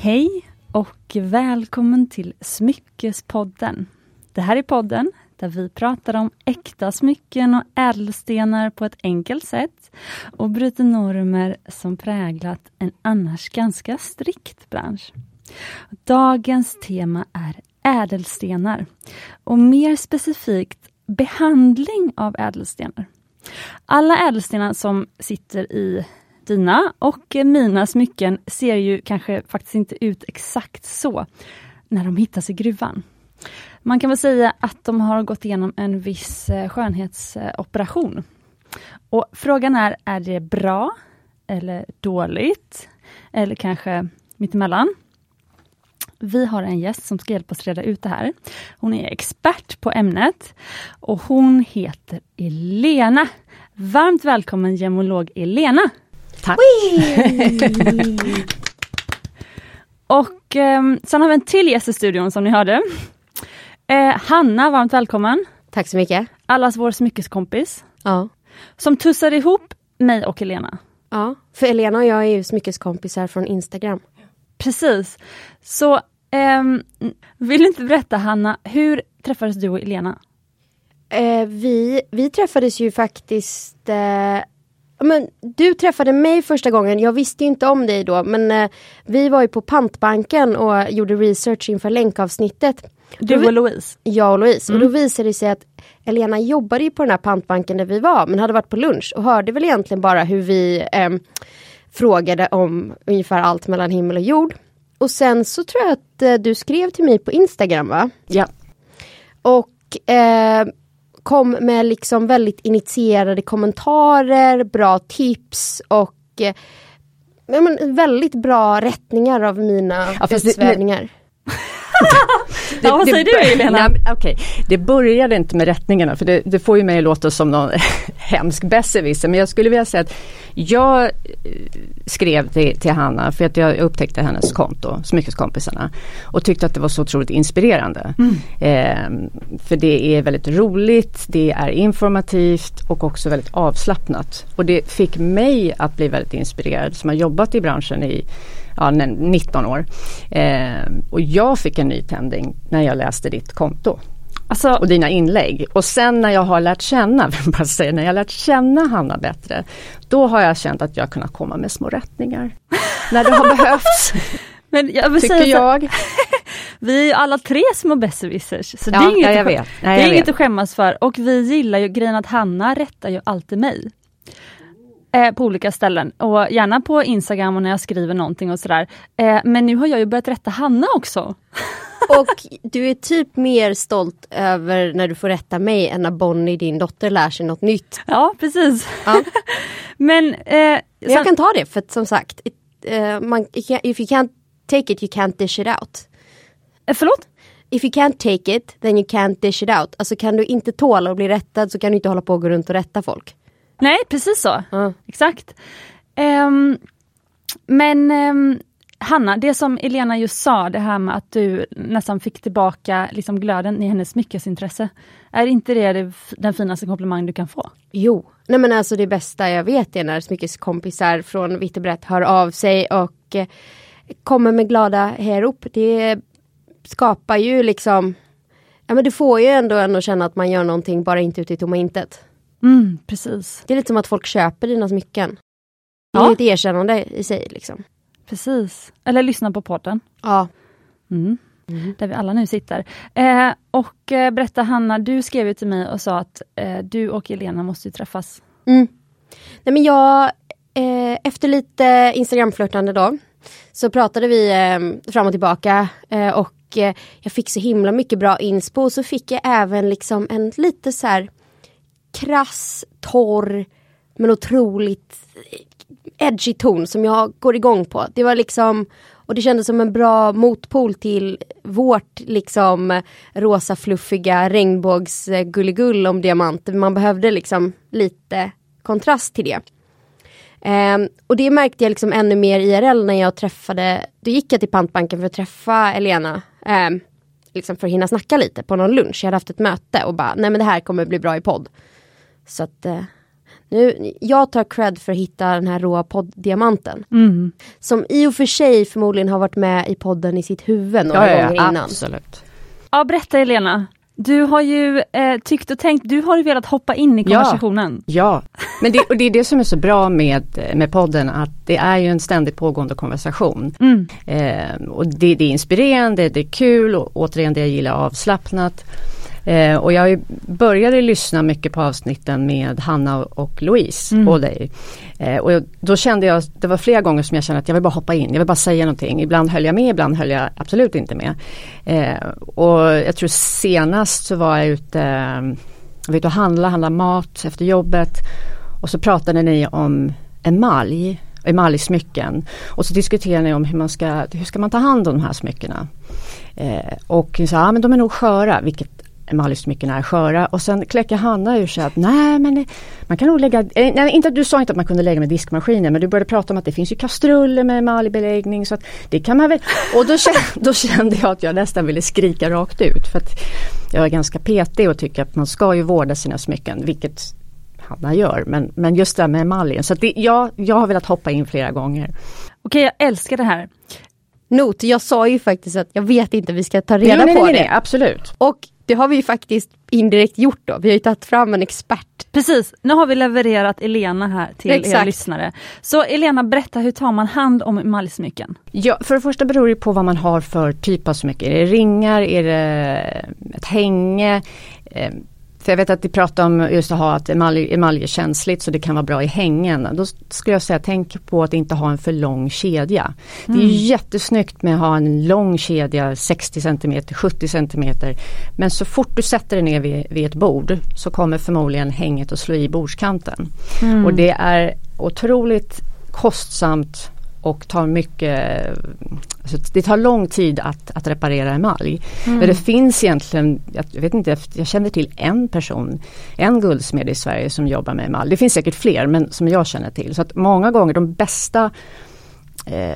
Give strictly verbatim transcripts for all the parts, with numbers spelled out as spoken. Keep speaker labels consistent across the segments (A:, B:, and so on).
A: Hej och välkommen till Smyckespodden. Det här är podden där vi pratar om äkta smycken och ädelstenar på ett enkelt sätt och bryter normer som präglat en annars ganska strikt bransch. Dagens tema är ädelstenar och mer specifikt behandling av ädelstenar. Alla ädelstenar som sitter i dina och mina smycken ser ju kanske faktiskt inte ut exakt så när de hittas i gruvan. Man kan väl säga att de har gått igenom en viss skönhetsoperation. Och frågan är, är det bra eller dåligt? Eller kanske mittemellan? Vi har en gäst som ska hjälpa oss reda ut det här. Hon är expert på ämnet och hon heter Elena. Varmt välkommen gemolog Elena.
B: Tack.
A: Och eh, sen har vi en till gäst i studion som ni hörde. Eh, Hanna, varmt välkommen.
B: Tack så mycket.
A: Allas vår smyckeskompis.
B: Ja.
A: Som tussar ihop mig och Elena.
B: Ja, för Elena och jag är ju smyckeskompisar från Instagram.
A: Precis. Så eh, vill du inte berätta, Hanna, hur träffades du och Elena?
B: Eh, vi, vi träffades ju faktiskt... Eh, men du träffade mig första gången. Jag visste ju inte om dig då. Men eh, vi var ju på Pantbanken och gjorde research inför länkavsnittet.
A: Du och Louise?
B: Jag och Louise.
A: Mm.
B: Och då visade det sig att Elena jobbade ju på den här Pantbanken där vi var. Men hade varit på lunch och hörde väl egentligen bara hur vi eh, frågade om ungefär allt mellan himmel och jord. Och sen så tror jag att eh, du skrev till mig på Instagram, va?
A: Ja.
B: Och... Eh, kom med liksom väldigt initierade kommentarer, bra tips och eh, ja, men väldigt bra rättningar av mina
C: ja,
B: utsvävningar.
A: Det, ja, vad säger du, Elena?
C: Nej, okay. Det började inte med rättningarna, för det, det får ju mig låta som någon hemsk besserwisser. Men jag skulle vilja säga att jag skrev till, till Hanna för att jag upptäckte hennes konto, Smyckeskompisarna, och tyckte att det var så otroligt inspirerande. Mm. Eh, för det är väldigt roligt, det är informativt och också väldigt avslappnat. Och det fick mig att bli väldigt inspirerad, som har jobbat i branschen i ja, nitton år. Eh, och jag fick en ny tändning när jag läste ditt konto. Alltså, och dina inlägg. Och sen när jag har lärt känna, bara säga, när jag har lärt känna Hanna bättre, då har jag känt att jag kunnat komma med små rättningar. när det har behövts.
A: Men jag vill
C: tycker
A: säga
C: jag.
A: Vi är alla tre små besserwissers. Så
C: ja,
A: det är inget,
C: ja, jag
A: att,
C: vet. Ja,
A: det är
C: jag
A: inget
C: vet.
A: att skämmas för. Och vi gillar ju grejen att Hanna rättar ju alltid mig. Eh, på olika ställen. Och gärna på Instagram och när jag skriver någonting och sådär. Eh, men nu har jag ju börjat rätta Hanna också.
B: Och du är typ mer stolt över när du får rätta mig än när Bonnie, din dotter, lär sig något nytt.
A: Ja, precis.
B: Ja.
A: men eh,
B: jag
A: sen,
B: kan ta det, för att som sagt, it, uh, man, if you can't take it, you can't dish it out.
A: Eh, förlåt?
B: If you can't take it, then you can't dish it out. Alltså kan du inte tåla att bli rättad, så kan du inte hålla på och gå runt och rätta folk.
A: Nej, precis så.
B: Mm.
A: Exakt. Um, men um, Hanna, det som Elena just sa, det här med att du nästan fick tillbaka liksom glöden i hennes smyckesintresse. Är inte det, det den finaste komplimang du kan få?
B: Jo, nej men alltså det bästa jag vet är när smyckeskompisar från vitt och brett hör av sig och eh, kommer med glada herop. Det skapar ju liksom, ja men det får ju ändå ändå känna att man gör någonting, bara inte ute i tomma intet.
A: Mm, precis.
B: Det är lite som att folk köper dina smycken. Det är
A: Ja.
B: ett erkännande i sig liksom.
A: Precis. Eller lyssna på podden.
B: Ja.
A: Mm. Mm. Där vi alla nu sitter. Eh, och eh, berätta Hanna, du skrev ju till mig och sa att eh, du och Elena måste ju träffas.
B: Mm. Nej men jag, eh, efter lite Instagram-flörtande då, så pratade vi eh, fram och tillbaka eh, och eh, jag fick så himla mycket bra inspo, och så fick jag även liksom en lite så här krass, torr men otroligt edgy ton som jag går igång på. Det var liksom, och det kändes som en bra motpol till vårt liksom rosa fluffiga regnbågs gulligull om diamant. Man behövde liksom lite kontrast till det. Um, och det märkte jag liksom ännu mer I R L när jag träffade, då gick jag till Pantbanken för att träffa Elena. Um, liksom för att hinna snacka lite på någon lunch. Jag hade haft ett möte och bara, nej men det här kommer bli bra i podd. Så att, uh, Nu, jag tar cred för att hitta den här råa podddiamanten.
A: Mm.
B: Som i och för sig förmodligen har varit med i podden i sitt huvud några
C: ja, ja,
B: gånger
C: ja,
B: innan.
C: Absolut.
A: Ja, berätta Elena. Du har ju eh, tyckt och tänkt, du har ju velat hoppa in i konversationen.
C: Ja, ja. Men det, och det är det som är så bra med, med podden, att det är ju en ständigt pågående konversation.
A: Mm.
C: Eh, och det, det är inspirerande, det är kul och återigen det jag gillar avslappnat. Eh, och jag började lyssna mycket på avsnitten med Hanna och Louise mm. och dig. Eh, och då kände jag, det var flera gånger som jag kände att jag vill bara hoppa in, jag vill bara säga någonting. Ibland höll jag med, ibland höll jag absolut inte med. Eh, och jag tror senast så var jag ute, jag vet, och handla, handla mat efter jobbet. Och så pratade ni om emalj, emaljsmycken. Och så diskuterade ni om hur man ska, hur ska man ta hand om de här smyckena. Eh, och så ja, men de är nog sköra, vilket emaljsmycken är sköra. Och sen kläcker Hanna ur sig att nej men man kan nog lägga, eh, nej, inte, du sa inte att man kunde lägga med diskmaskinen, men du började prata om att det finns ju kastruller med emaljbeläggning, så att det kan man väl. Och då kände, då kände jag att jag nästan ville skrika rakt ut, för att jag är ganska petig och tycker att man ska ju vårda sina smycken, vilket Hanna gör, men, men just det här med emaljen. Så att det, jag, jag har velat hoppa in flera gånger.
A: Okej, jag älskar det här.
B: Not, jag sa ju faktiskt att jag vet inte, vi ska ta reda
C: nej, nej,
B: på
C: nej,
B: det.
C: Nej, absolut.
B: Och det har vi ju faktiskt indirekt gjort då. Vi har ju tagit fram en expert.
A: Precis, nu har vi levererat Elena här till
B: Exakt.
A: er lyssnare. Så Elena, berätta, hur tar man hand om emaljsmycken?
C: Ja, för det första beror det på vad man har för typ av smycken. Är det ringar, är det ett hänge? Eh, För jag vet att de pratar om just att ha att emalj, emalj är känsligt, så det kan vara bra i hängen. Då skulle jag säga, tänk på att inte ha en för lång kedja. Mm. Det är jättesnyggt med att ha en lång kedja, sextio centimeter, sjuttio centimeter. Men så fort du sätter dig ner vid, vid ett bord så kommer förmodligen hänget att slå i bordskanten. Mm. Och det är otroligt kostsamt och tar mycket, alltså det tar lång tid att, att reparera emalj. Mm. Men det finns egentligen, jag vet inte, jag känner till en person, en guldsmed i Sverige som jobbar med emalj. Det finns säkert fler, men som jag känner till. Så att många gånger de bästa, eh,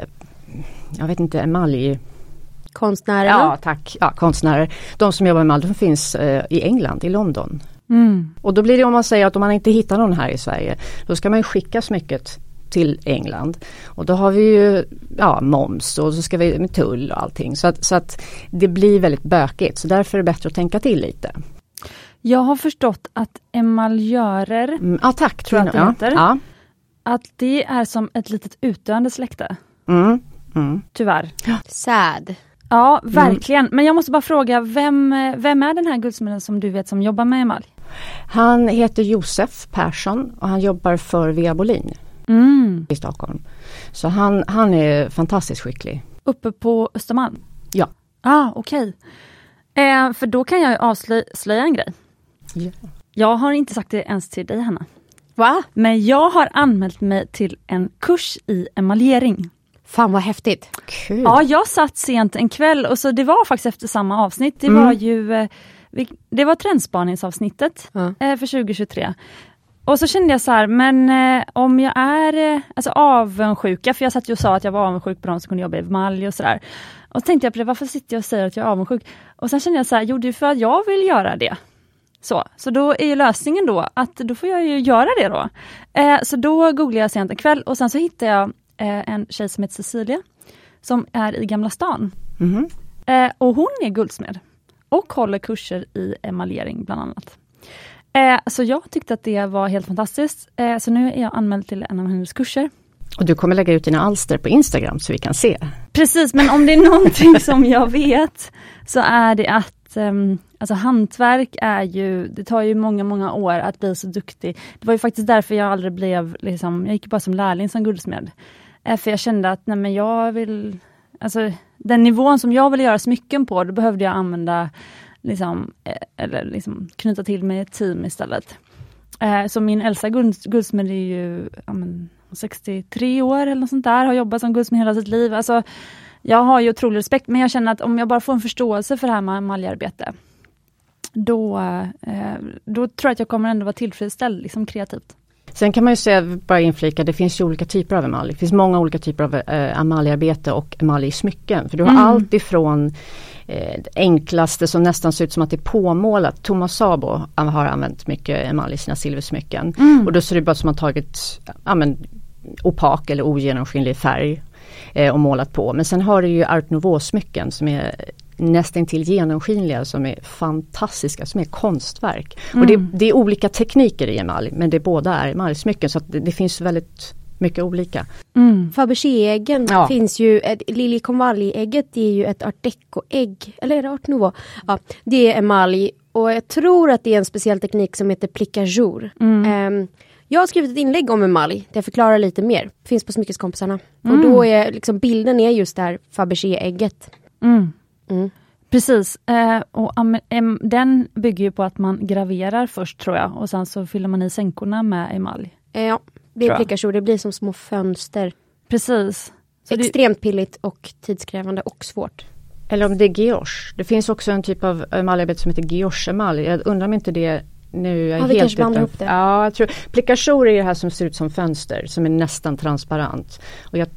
C: jag vet inte, emalj...
B: Konstnärer?
C: Ja, tack. Ja, konstnärer. De som jobbar med emalj, de finns eh, i England, i London.
A: Mm. Och
C: då blir det, om man säger att om man inte hittar någon här i Sverige, då ska man ju skicka smycket till England. Och då har vi ju ja, moms och så ska vi med tull och allting. Så att, så att det blir väldigt bökigt. Så därför är det bättre att tänka till lite.
A: Jag har förstått att emaljörer,
C: mm, ja, tack,
A: tror jag att det
C: ja,
A: heter,
C: ja.
A: att det är som ett litet utdöende släkte.
C: Mm, mm.
A: Tyvärr.
B: Sad.
A: Ja, verkligen. Mm. Men jag måste bara fråga, vem, vem är den här guldsmeden som du vet som jobbar med emalj?
C: Han heter Josef Persson och han jobbar för Vea Bolin.
A: Mm.
C: I Stockholm. Så han, han är fantastiskt skicklig.
A: Uppe på Östermalm?
C: Ja.
A: Ah, okej. Okay. Eh, för då kan jag avslöja en grej.
C: Ja.
A: Jag har inte sagt det ens till dig, Hanna.
B: Va?
A: Men jag har anmält mig till en kurs i emaljering.
B: Fan vad häftigt.
C: Kul.
A: Ja, jag satt sent en kväll och så det var faktiskt efter samma avsnitt. Det
C: mm.
A: var ju eh, vi, det var trendspaningsavsnittet mm. eh, för tjugo tjugotre. Och så kände jag så här, men eh, om jag är eh, alltså avundsjuka, för jag satt ju och sa att jag var avundsjuk på de som kunde jobba i emalj och sådär. Och så tänkte jag på det, varför sitter jag och säger att jag är avundsjuk? Och sen kände jag så här, jo det är för att jag vill göra det. Så, så då är ju lösningen då att då får jag ju göra det då. Eh, så då googlade jag sent en kväll och sen så hittade jag eh, en tjej som heter Cecilia som är i Gamla stan.
C: Mm.
A: Eh, och hon är guldsmed och håller kurser i emaljering bland annat. Eh, så jag tyckte att det var helt fantastiskt. Eh, så nu är jag anmäld till en av hennes kurser.
C: Och du kommer lägga ut dina alster på Instagram så vi kan se.
A: Precis, men om det är någonting som jag vet så är det att um, alltså hantverk är ju, det tar ju många, många år att bli så duktig. Det var ju faktiskt därför jag aldrig blev, liksom, jag gick bara som lärling som guldsmed. Eh, för jag kände att nej, men jag vill, alltså den nivån som jag vill göra smycken på, då behövde jag använda liksom, eller liksom knyta till mig ett team istället. Eh, så min äldsta guld, guldsmed är ju ja, men, sextiotre år eller något sånt där, har jobbat som guldsmed hela sitt liv. Alltså, jag har ju otrolig respekt, men jag känner att om jag bara får en förståelse för det här med emaljarbete, då, eh, då tror jag att jag kommer ändå vara tillfredsställd liksom kreativt.
C: Sen kan man ju säga, bara inflika, det finns ju olika typer av emalj. Det finns många olika typer av eh, emaljarbete och emaljsmycken. För du har mm. allt ifrån eh, det enklaste som nästan ser ut som att det är påmålat. Thomas Sabo har använt mycket emalj i sina silversmycken. Mm. Och då ser det bara som att man tagit ja, men, opak eller ogenomskinlig färg eh, och målat på. Men sen har du ju Art Nouveau-smycken som är nästan till genomskinliga, som är fantastiska, som är konstverk. Mm. Och det, det är olika tekniker i emalj, men det båda är emaljsmycken, så att det, det finns väldigt mycket olika.
B: Mm. Fabergé-äggen
C: ja.
B: finns ju, Liljekonvalj-ägget är ju ett art deco-ägg, eller är det Art Nouveau? Ja, det är emalj, och jag tror att det är en speciell teknik som heter plicajour. Mm. Um, jag har skrivit ett inlägg om emalj där jag förklarar lite mer. Finns på Smyckeskompisarna. Mm. Och då är liksom bilden är just där Fabergé-ägget.
A: Mm. Mm. Precis, eh, och um, um, den bygger ju på att man graverar först, tror jag, och sen så fyller man i sänkorna med emalj.
B: Eh, ja, det är plicajour, det blir som små fönster.
A: Precis.
B: Så extremt det... pilligt och tidskrävande och svårt.
C: Eller om det är guilloche. Det finns också en typ av emaljarbete som heter guilloche-emalj. Jag undrar om inte det nu är
B: ja, vi
C: helt
B: utan... ihop det.
C: Ja, jag tror plicajour är det här som ser ut som fönster, som är nästan transparent. Och jag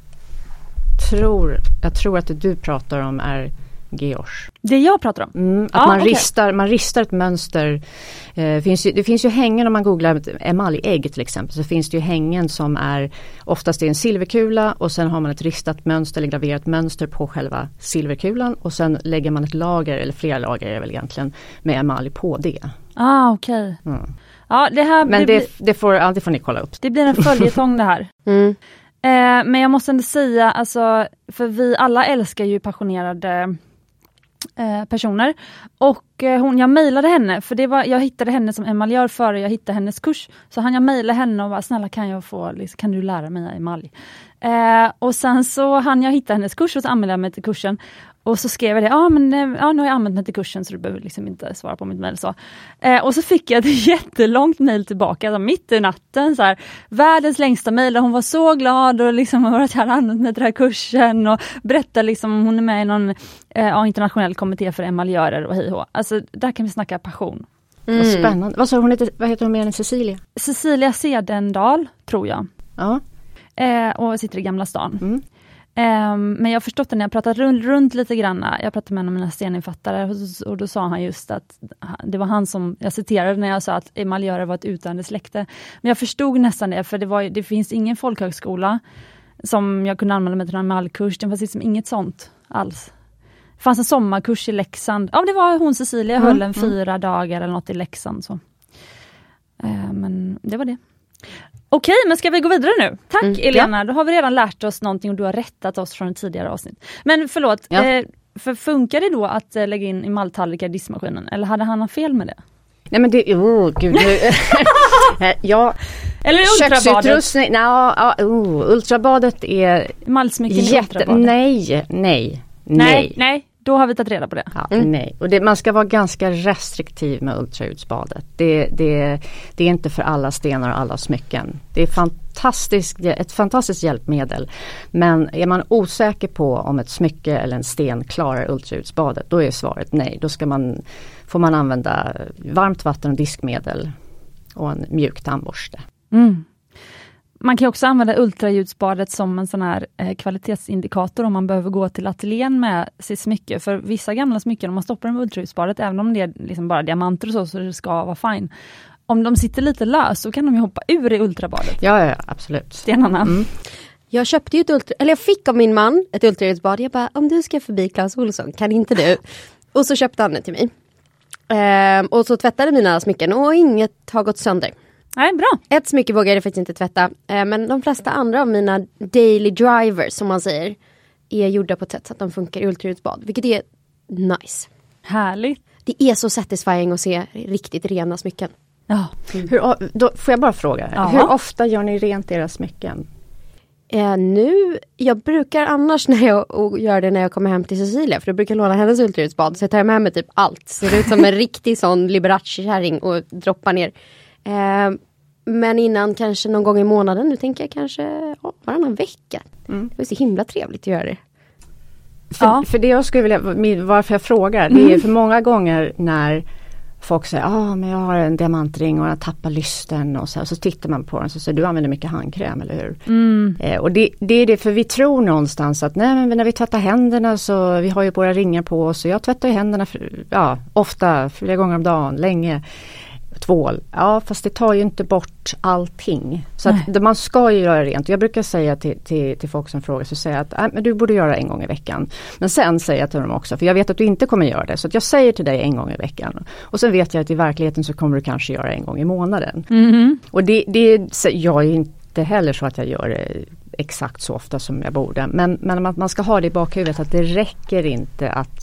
C: tror, jag tror att det du pratar om är guilloche.
A: Det jag pratar om?
C: Mm, att
A: ah,
C: man,
A: okay.
C: ristar, man ristar ett mönster. Eh, finns ju, det finns ju hängen, om man googlar emaljägg till exempel, så finns det ju hängen som är oftast är en silverkula, och sen har man ett ristat mönster eller graverat mönster på själva silverkulan, och sen lägger man ett lager, eller flera lager är väl egentligen, med emalj på det.
A: Ah, okej. Okay. Mm. Ja, det här
C: Men det, det, får, ja, det får ni kolla upp.
A: Det blir en följetong det här. Mm. Eh, men jag måste ändå säga, alltså, för vi alla älskar ju passionerade eh, personer. Och eh, hon, jag mejlade henne, för det var, jag hittade henne som emaljör före jag hittade hennes kurs. Så han jag mejlade henne och var snälla, kan jag få, liksom, kan du lära mig emalj? Eh, och sen så han jag hittade hennes kurs, och så anmälde jag mig till kursen. Och så skrev jag det, ja men ja, nu har jag använt mig till kursen, så du behöver liksom inte svara på mitt mejl. Så. Eh, och så fick jag ett jättelångt mejl tillbaka, alltså mitt i natten. Så här, världens längsta mejl, och hon var så glad och liksom att jag hade använt mig till den här kursen. Och berättade liksom, hon är med i någon eh, internationell kommitté för emaljörer och hej och. Alltså där kan vi snacka passion.
C: Mm. Vad spännande. Vad sa hon heter, vad heter hon med Cecilia?
A: Cecilia Sedendal, tror jag.
C: Ja.
A: Eh, och sitter i Gamla stan.
C: Mm.
A: Um, men jag har förstått det när jag pratat runt, runt lite grann. Jag pratade med en av mina steninfattare, och, och då sa han just att det var han som, jag citerade när jag sa att emaljörer var ett utdöende släkte. Men jag förstod nästan det, för det, var, det finns ingen folkhögskola som jag kunde anmäla mig till en emalkurs. Det fanns liksom inget sånt alls. Det fanns en sommarkurs i Leksand. Ja, det var hon Cecilia, mm, höll en mm. fyra dagar eller något i Leksand. Så. Uh, men det var det. Okej, men ska vi gå vidare nu? Tack mm, Elena, ja. Då har vi redan lärt oss någonting och du har rättat oss från ett tidigare avsnitt. Men förlåt, ja. eh, för funkar det då att eh, lägga in emaljtallrikar i diskmaskinen? Eller hade han något fel med det?
C: Nej men det, oh gud nu. ja.
A: Eller ultrabadet?
C: Nej, no, oh, ultrabadet är jätte, nej, nej, nej.
A: Nej, då har vi tagit reda på det.
C: Ja, mm. Nej, och det, man ska vara ganska restriktiv med ultraljudsbadet. Det, det, det är inte för alla stenar och alla smycken. Det är fantastiskt, ett fantastiskt hjälpmedel. Men är man osäker på om ett smycke eller en sten klarar ultraljudsbadet, då är svaret nej. Då ska man, får man använda varmt vatten och diskmedel och en mjuk tandborste.
A: Mm. Man kan också använda ultraljudsbadet som en sån här eh, kvalitetsindikator om man behöver gå till ateljén med sitt smycke. För vissa gamla smycken, om man stoppar dem i ultraljudsbadet, även om det är liksom bara diamanter och så, så det ska vara fine. Om de sitter lite lös så kan de ju hoppa ur i ultrabadet.
C: Ja, ja, absolut.
A: Stenarna. Mm.
B: Jag köpte ju ett ultra, eller jag fick av min man ett ultraljudsbad. Jag bara, om du ska förbi Claes Olsson, kan inte du? Och så köpte han det till mig. Ehm, och så tvättade mina smycken och inget har gått sönder.
A: Nej, bra.
B: Ett smycke vågar jag faktiskt inte tvätta. Eh, men de flesta andra av mina daily drivers, som man säger, är gjorda på ett sätt så att de funkar i ultraljudsbad. Vilket är nice.
A: Härligt.
B: Det är så satisfying att se riktigt rena smycken.
A: Ja.
C: Mm. Hur, då får jag bara fråga, ja. Hur ofta gör ni rent era smycken?
B: Eh, nu, jag brukar annars när jag och gör det när jag kommer hem till Cecilia, för då brukar jag låna hennes ultraljudsbad, så jag tar med mig typ allt. Ser ut som en riktig sån Liberace-kärring och droppar ner. Eh, men innan kanske någon gång i månaden, nu tänker jag kanske oh, varannan vecka. Mm. Det är så himla trevligt att göra det.
C: För, ja. för det jag skulle vilja, varför jag frågar, det är för många gånger när folk säger, ja ah, men jag har en diamantring och jag tappar lysten och så, och så tittar man på den och så säger du använder mycket handkräm, eller hur?
A: Mm.
C: Eh, och det, det är det, för vi tror någonstans att nej, men när vi tvättar händerna så vi har ju våra ringar på oss och jag tvättar ju händerna för, ja, ofta, flera gånger om dagen, länge. Tvål. Ja, fast det tar ju inte bort allting. Så att det, man ska ju göra rent. Jag brukar säga till, till, till folk som frågar, så säger jag att äh, men du borde göra en gång i veckan. Men sen säger jag till dem också, för jag vet att du inte kommer göra det. Så att jag säger till dig en gång i veckan. Och sen vet jag att i verkligheten så kommer du kanske göra en gång i månaden.
A: Mm. Och
C: det, det jag är inte heller så att jag gör det exakt så ofta som jag borde. Men, men man ska ha det i bakhuvudet att det räcker inte att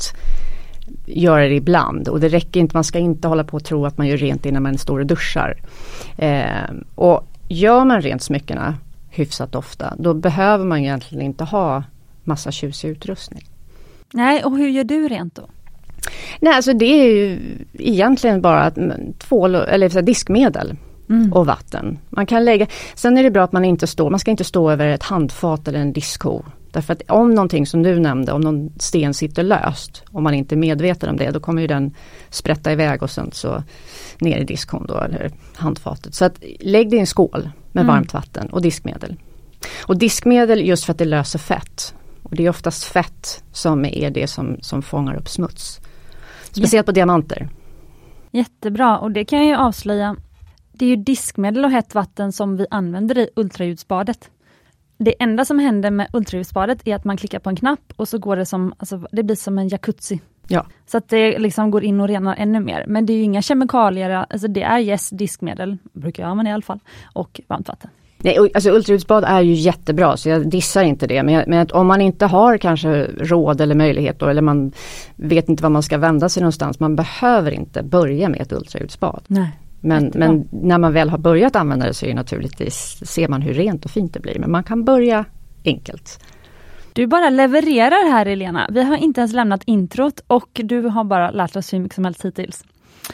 C: göra det ibland, och det räcker inte, man ska inte hålla på och tro att man gör rent innan man står och duschar. Eh, och gör man rent smyckena hyfsat ofta, då behöver man egentligen inte ha massa tjusig utrustning.
A: Nej, och hur gör du rent då?
C: Nej, alltså det är ju egentligen bara att tvål, eller så här, diskmedel mm. och vatten. Man kan lägga, sen är det bra att man inte står, man ska inte stå över ett handfat eller en diskho. Därför att om någonting som du nämnde, om någon sten sitter löst, om man inte är medveten om det, då kommer ju den sprätta iväg och sen så ner i diskhon då, eller handfatet. Så att lägg det i en skål med mm. varmt vatten och diskmedel. Och diskmedel just för att det löser fett. Och det är oftast fett som är det som, som fångar upp smuts. Speciellt Jätte- på diamanter.
A: Jättebra, och det kan jag ju avslöja. Det är ju diskmedel och hett vatten som vi använder i ultraljudsbadet. Det enda som händer med ultraljudsbadet är att man klickar på en knapp och så går det som, alltså det blir som en jacuzzi.
C: Ja.
A: Så att det liksom går in och renar ännu mer. Men det är ju inga kemikalier, alltså det är yes, diskmedel, brukar jag använda i alla fall, och varmt vatten.
C: Nej, alltså ultraljudsbad är ju jättebra, så jag dissar inte det. Men, men att om man inte har kanske råd eller möjlighet då, eller man vet inte var man ska vända sig någonstans, man behöver inte börja med ett ultraljudsbad.
A: Nej.
C: Men, men när man väl har börjat använda det så är det naturligtvis, ser man hur rent och fint det blir. Men man kan börja enkelt.
A: Du bara levererar här, Elena. Vi har inte ens lämnat introt och du har bara lärt oss hur mycket som helst hittills.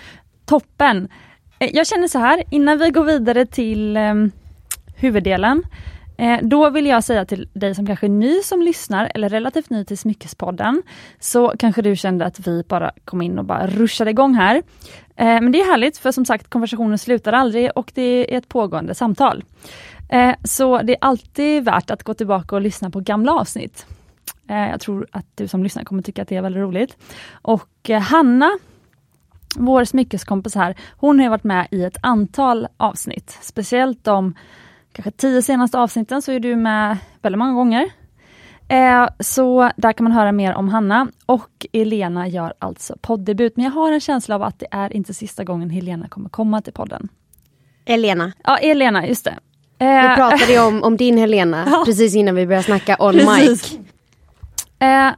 A: Toppen! Jag känner så här, innan vi går vidare till eh, huvuddelen. Eh, då vill jag säga till dig som kanske är ny som lyssnar eller relativt ny till Smyckespodden, så kanske du kände att vi bara kom in och bara ruschade igång här. Eh, men det är härligt, för som sagt, konversationen slutar aldrig och det är ett pågående samtal. Eh, så det är alltid värt att gå tillbaka och lyssna på gamla avsnitt. Eh, jag tror att du som lyssnar kommer tycka att det är väldigt roligt. Och eh, Hanna, vår smyckeskompis här, hon har varit med i ett antal avsnitt. Speciellt de kanske tio senaste avsnitten så är du med väldigt många gånger. Eh, så där kan man höra mer om Hanna. Och Elena gör alltså poddebut. Men jag har en känsla av att det är inte sista gången Helena kommer komma till podden.
B: Elena.
A: Ja, Elena, just det.
B: Eh, vi pratade ju om, om din Helena ja. precis innan vi började snacka on
A: precis.
B: mic.
A: Eh,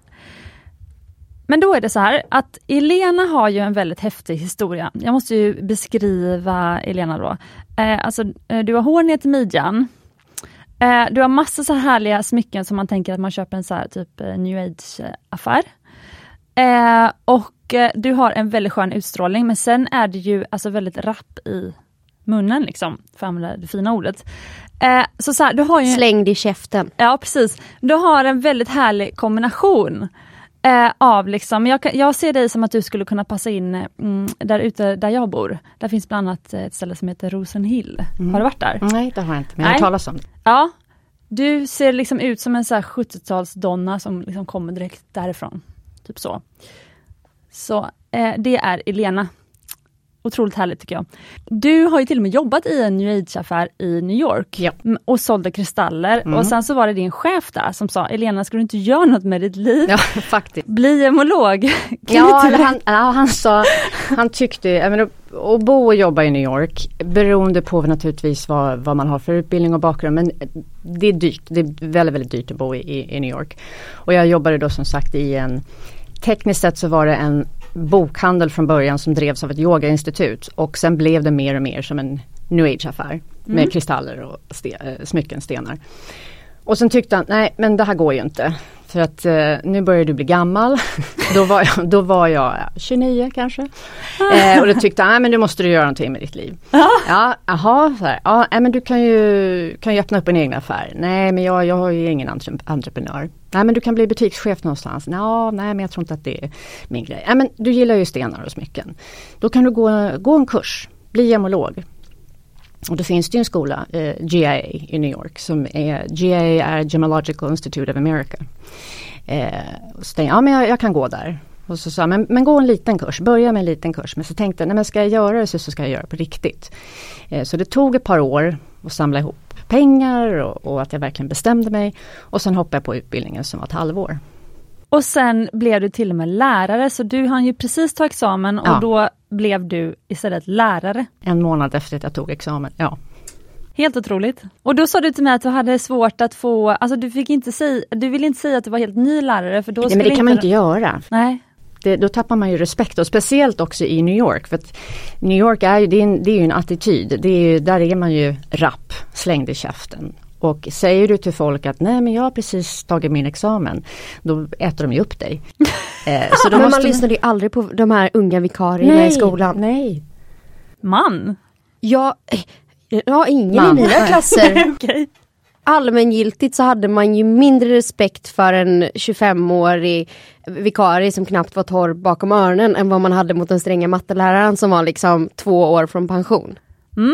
A: men då är det så här att Elena har ju en väldigt häftig historia. Jag måste ju beskriva Elena då. Eh, alltså, du har hår ner till midjan. Eh, du har massor så här härliga smycken som man tänker att man köper en så här typ new age-affär. Eh, och eh, du har en väldigt skön utstrålning, men sen är det ju alltså väldigt rapp i munnen liksom, för att använda det fina ordet. Eh, så så här, du har ju...
B: Slängd i käften.
A: Ja, precis. Du har en väldigt härlig kombination eh, av liksom, jag, jag ser dig som att du skulle kunna passa in mm, där ute där jag bor. Där finns bland annat ett ställe som heter Rosenhill. Mm. Har du varit där?
C: Nej, det har jag inte, men jag har talat om det.
A: Ja, du ser liksom ut som en så här sjuttiotalsdonna som liksom kommer direkt därifrån. Typ så. Så eh, det är Elena. Otroligt härligt tycker jag. Du har ju till och med jobbat i en new age-affär i New York.
C: Ja.
A: Och sålde kristaller.
C: Mm.
A: Och sen så var det din chef där som sa, Elena, ska du inte göra något med ditt liv?
C: Ja, faktiskt.
A: Bli gemolog.
C: Ja, eller han, ja, han sa, han tyckte, jag menar, att bo och jobba i New York, beroende på naturligtvis vad, vad man har för utbildning och bakgrund, men det är dyrt. Det är väldigt, väldigt dyrt att bo i, i New York. Och jag jobbade då som sagt i en, tekniskt sett så var det en bokhandel från början som drevs av ett yogainstitut, och sen blev det mer och mer som en new age-affär mm. med kristaller och ste- smycken, stenar. Och sen tyckte han, nej men det här går ju inte, för att eh, nu börjar du bli gammal. då, var jag, då var jag tjugonio kanske. Eh, och då tyckte han, nej men du måste du göra någonting med ditt liv. Ja, aha, så här, ja, men du kan ju, kan ju öppna upp en egen affär. Nej men jag, jag är ju ingen entre- entreprenör. Nej, men du kan bli butikschef någonstans. Nå, nej, men jag tror inte att det är min grej. Nej, men du gillar ju stenar och smycken. Då kan du gå, gå en kurs, bli gemolog. Och då finns det ju en skola, eh, G I A i New York, som är, G I A är Gemological Institute of America. Eh, och så tänkte jag, ja men jag, jag kan gå där. Och så sa jag, men, men gå en liten kurs, börja med en liten kurs. Men så tänkte jag, nej men ska jag göra det så, så ska jag göra det på riktigt. Eh, så det tog ett par år att samla ihop pengar och, och att jag verkligen bestämde mig. Och sen hoppade jag på utbildningen som var ett halvår.
A: Och sen blev du till och med lärare, så du hann ju precis ta examen och ja. Då blev du istället lärare.
C: En månad efter att jag tog examen, ja.
A: Helt otroligt. Och då sa du till mig att du hade svårt att få, alltså du fick inte säga, du ville inte säga att du var helt ny lärare. För då
C: Nej, men det kan
A: inte...
C: man inte göra.
A: Nej.
C: Det, då tappar man ju respekt, och speciellt också i New York. För att New York är ju, det är, en, det är ju en attityd, det är ju, där är man ju rapp, slängd i käften. Och säger du till folk att nej men jag har precis tagit min examen, då äter de ju upp dig. eh, så då
B: men
C: måste
B: man lyssnade ju aldrig på de här unga vikarierna nej, i skolan.
C: Nej,
A: man?
B: Ja, ja ingen
C: man.
B: i mina klasser.
A: Okay.
B: Allmängiltigt så hade man ju mindre respekt för en tjugofemårig vikarie som knappt var torr bakom öronen än vad man hade mot den stränga matteläraren som var liksom två år från pension.
A: Mm.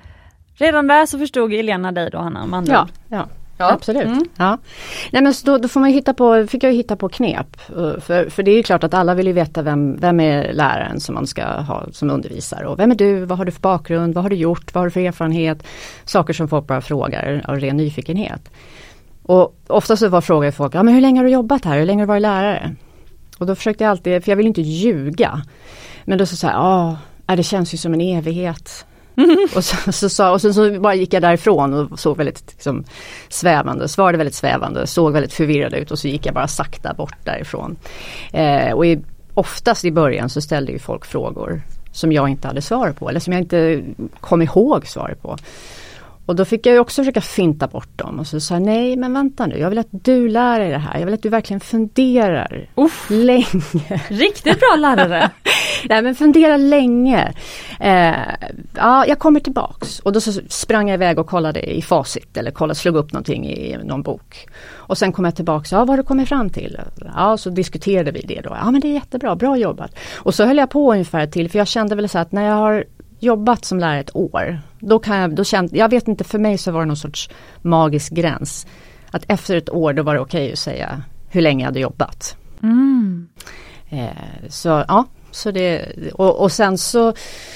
A: Redan där så förstod Elena dig då, Hanna Mandel.
C: Ja, ja. Ja, absolut. Mm. Ja. Nej, men då, då får man hitta på, fick jag hitta på knep. För, för det är ju klart att alla vill ju veta vem, vem är läraren som man ska ha som undervisare. Och vem är du? Vad har du för bakgrund? Vad har du gjort? Vad har du för erfarenhet? Saker som folk bara frågar av ren nyfikenhet. Och ofta så var frågar folk, ja men hur länge har du jobbat här? Hur länge har du varit lärare? Och då försökte jag alltid, för jag vill inte ljuga. Men då så sa jag, ja det känns ju som en evighet. och, så, så, så, och sen så bara gick jag därifrån och såg väldigt liksom, svävande, svarade väldigt svävande, såg väldigt förvirrad ut och så gick jag bara sakta bort därifrån. Eh, och i, oftast i början så ställde ju folk frågor som jag inte hade svar på eller som jag inte kom ihåg svar på. Och då fick jag ju också försöka finta bort dem och så sa jag, nej men vänta nu, jag vill att du lär dig det här, jag vill att du verkligen funderar
A: Uff.
C: länge.
A: Riktigt bra lärare.
C: Nej men fundera länge. Eh, ja, jag kommer tillbaks. Och då så sprang jag iväg och kollade i facit. Eller kollade, slog upp någonting i någon bok. Och sen kom jag tillbaks. Ja, vad har du kommit fram till? Ja, så diskuterade vi det då. Ja, men det är jättebra. Bra jobbat. Och så höll jag på ungefär till. För jag kände väl så att när jag har jobbat som lärare ett år. Då kan jag, då kände, jag vet inte, för mig så var det någon sorts magisk gräns. Att efter ett år då var det okej att säga hur länge jag hade jobbat.
A: Mm.
C: Eh, så ja. Så det, och, och sen så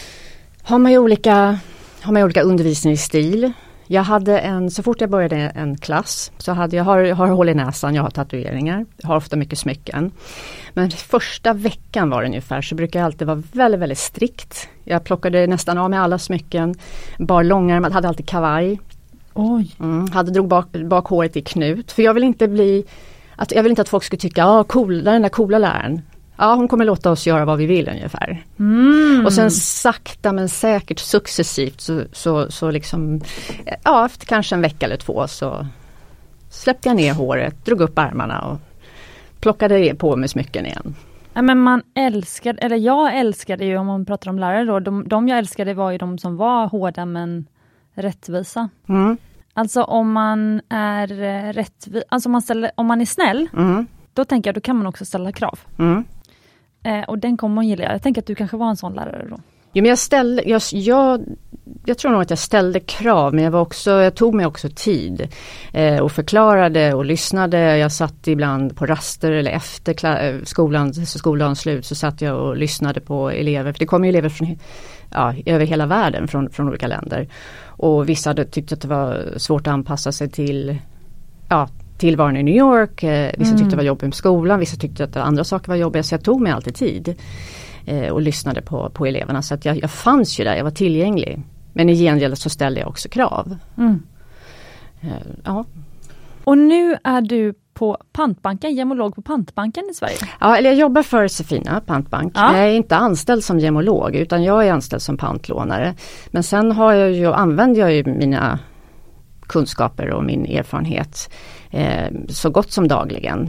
C: har man ju olika, har man ju olika undervisningsstil. Jag hade en, så fort jag började en klass så hade jag, har, har hål i näsan, jag har tatueringar, jag har ofta mycket smycken. Men första veckan var det ungefär så brukar jag alltid vara väldigt, väldigt strikt. Jag plockade nästan av mig alla smycken, bar långärmad, hade alltid kavaj.
A: Oj.
C: Mm, hade drog bak, bak håret i knut. För jag vill inte bli, att, jag vill inte att folk skulle tycka, ja ah, cool, den där coola läraren. Ja, hon kommer låta oss göra vad vi vill ungefär.
A: Mm.
C: Och sen sakta men säkert successivt så, så, så liksom, ja efter kanske en vecka eller två så släppte jag ner håret, drog upp armarna och plockade på med smycken igen.
A: Ja, men man älskade, eller jag älskade ju, om man pratar om lärare då, de, de jag älskade var ju de som var hårda men rättvisa.
C: Mm.
A: Alltså om man är rättvis, alltså om man, ställer, om man är snäll,
C: mm.
A: då tänker jag då kan man också ställa krav.
C: Mm.
A: Eh, och den kommer man gilla. Jag tänker att du kanske var en sån lärare då.
C: Jo, men jag ställde, jag, jag, jag tror nog att jag ställde krav, men jag var också, jag tog mig också tid eh, och förklarade och lyssnade. Jag satt ibland på raster eller efter kla- skolan, skolans slut så satt jag och lyssnade på elever. För det kom ju elever från, ja, över hela världen från, från olika länder. Och vissa hade tyckt att det var svårt att anpassa sig till, ja, tillvaron i New York. Eh, vissa
A: mm.
C: tyckte det var jobbigt med skolan, vissa tyckte att andra saker var jobbiga. Så jag tog mig alltid tid eh, och lyssnade på, på eleverna. Så att jag, jag fanns ju där, jag var tillgänglig. Men i gengäld så ställde jag också krav.
A: Mm.
C: Eh, ja.
A: Och nu är du på Pantbanken, gemolog på Pantbanken i Sverige.
C: Ja, eller jag jobbar för Sefina Pantbank.
A: Ja.
C: Jag är inte anställd som gemolog utan jag är anställd som pantlånare. Men sen har jag ju, använder jag ju mina kunskaper och min erfarenhet eh, så gott som dagligen.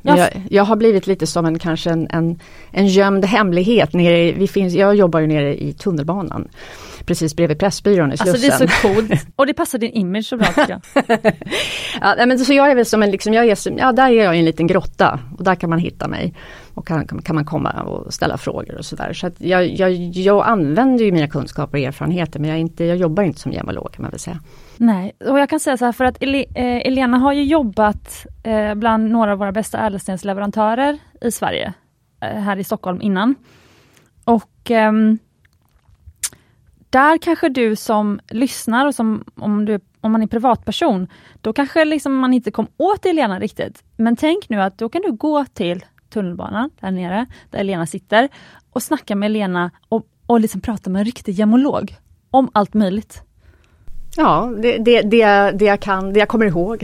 C: Jag, jag, jag har blivit lite som en kanske en, en, en gömd hemlighet. Nere, vi finns, jag jobbar ju nere i tunnelbanan. Precis bredvid Pressbyrån i Slussen.
A: Alltså det är så coolt. Och det passar din image så bra tycker jag.
C: Ja, men så jag är väl som en, liksom, jag är, ja, där är jag i en liten grotta. Och där kan man hitta mig. Och kan, kan man komma och ställa frågor och sådär. Så att jag, jag, jag använder ju mina kunskaper och erfarenheter. Men jag, är inte, jag jobbar inte som gemolog kan man väl säga.
A: Nej, och jag kan säga så här för att Ele- eh, Elena har ju jobbat eh, bland några av våra bästa ädelstensleverantörer i Sverige. Eh, här i Stockholm innan. Och ehm, där kanske du som lyssnar och som om, du, om man är privatperson, då kanske liksom man inte kom åt Elena riktigt. Men tänk nu att då kan du gå till tunnelbanan där nere, där Elena sitter och snacka med Elena och, och liksom prata med en riktig gemolog om allt möjligt.
C: Ja, det, det, det, det jag kan, det jag kommer ihåg.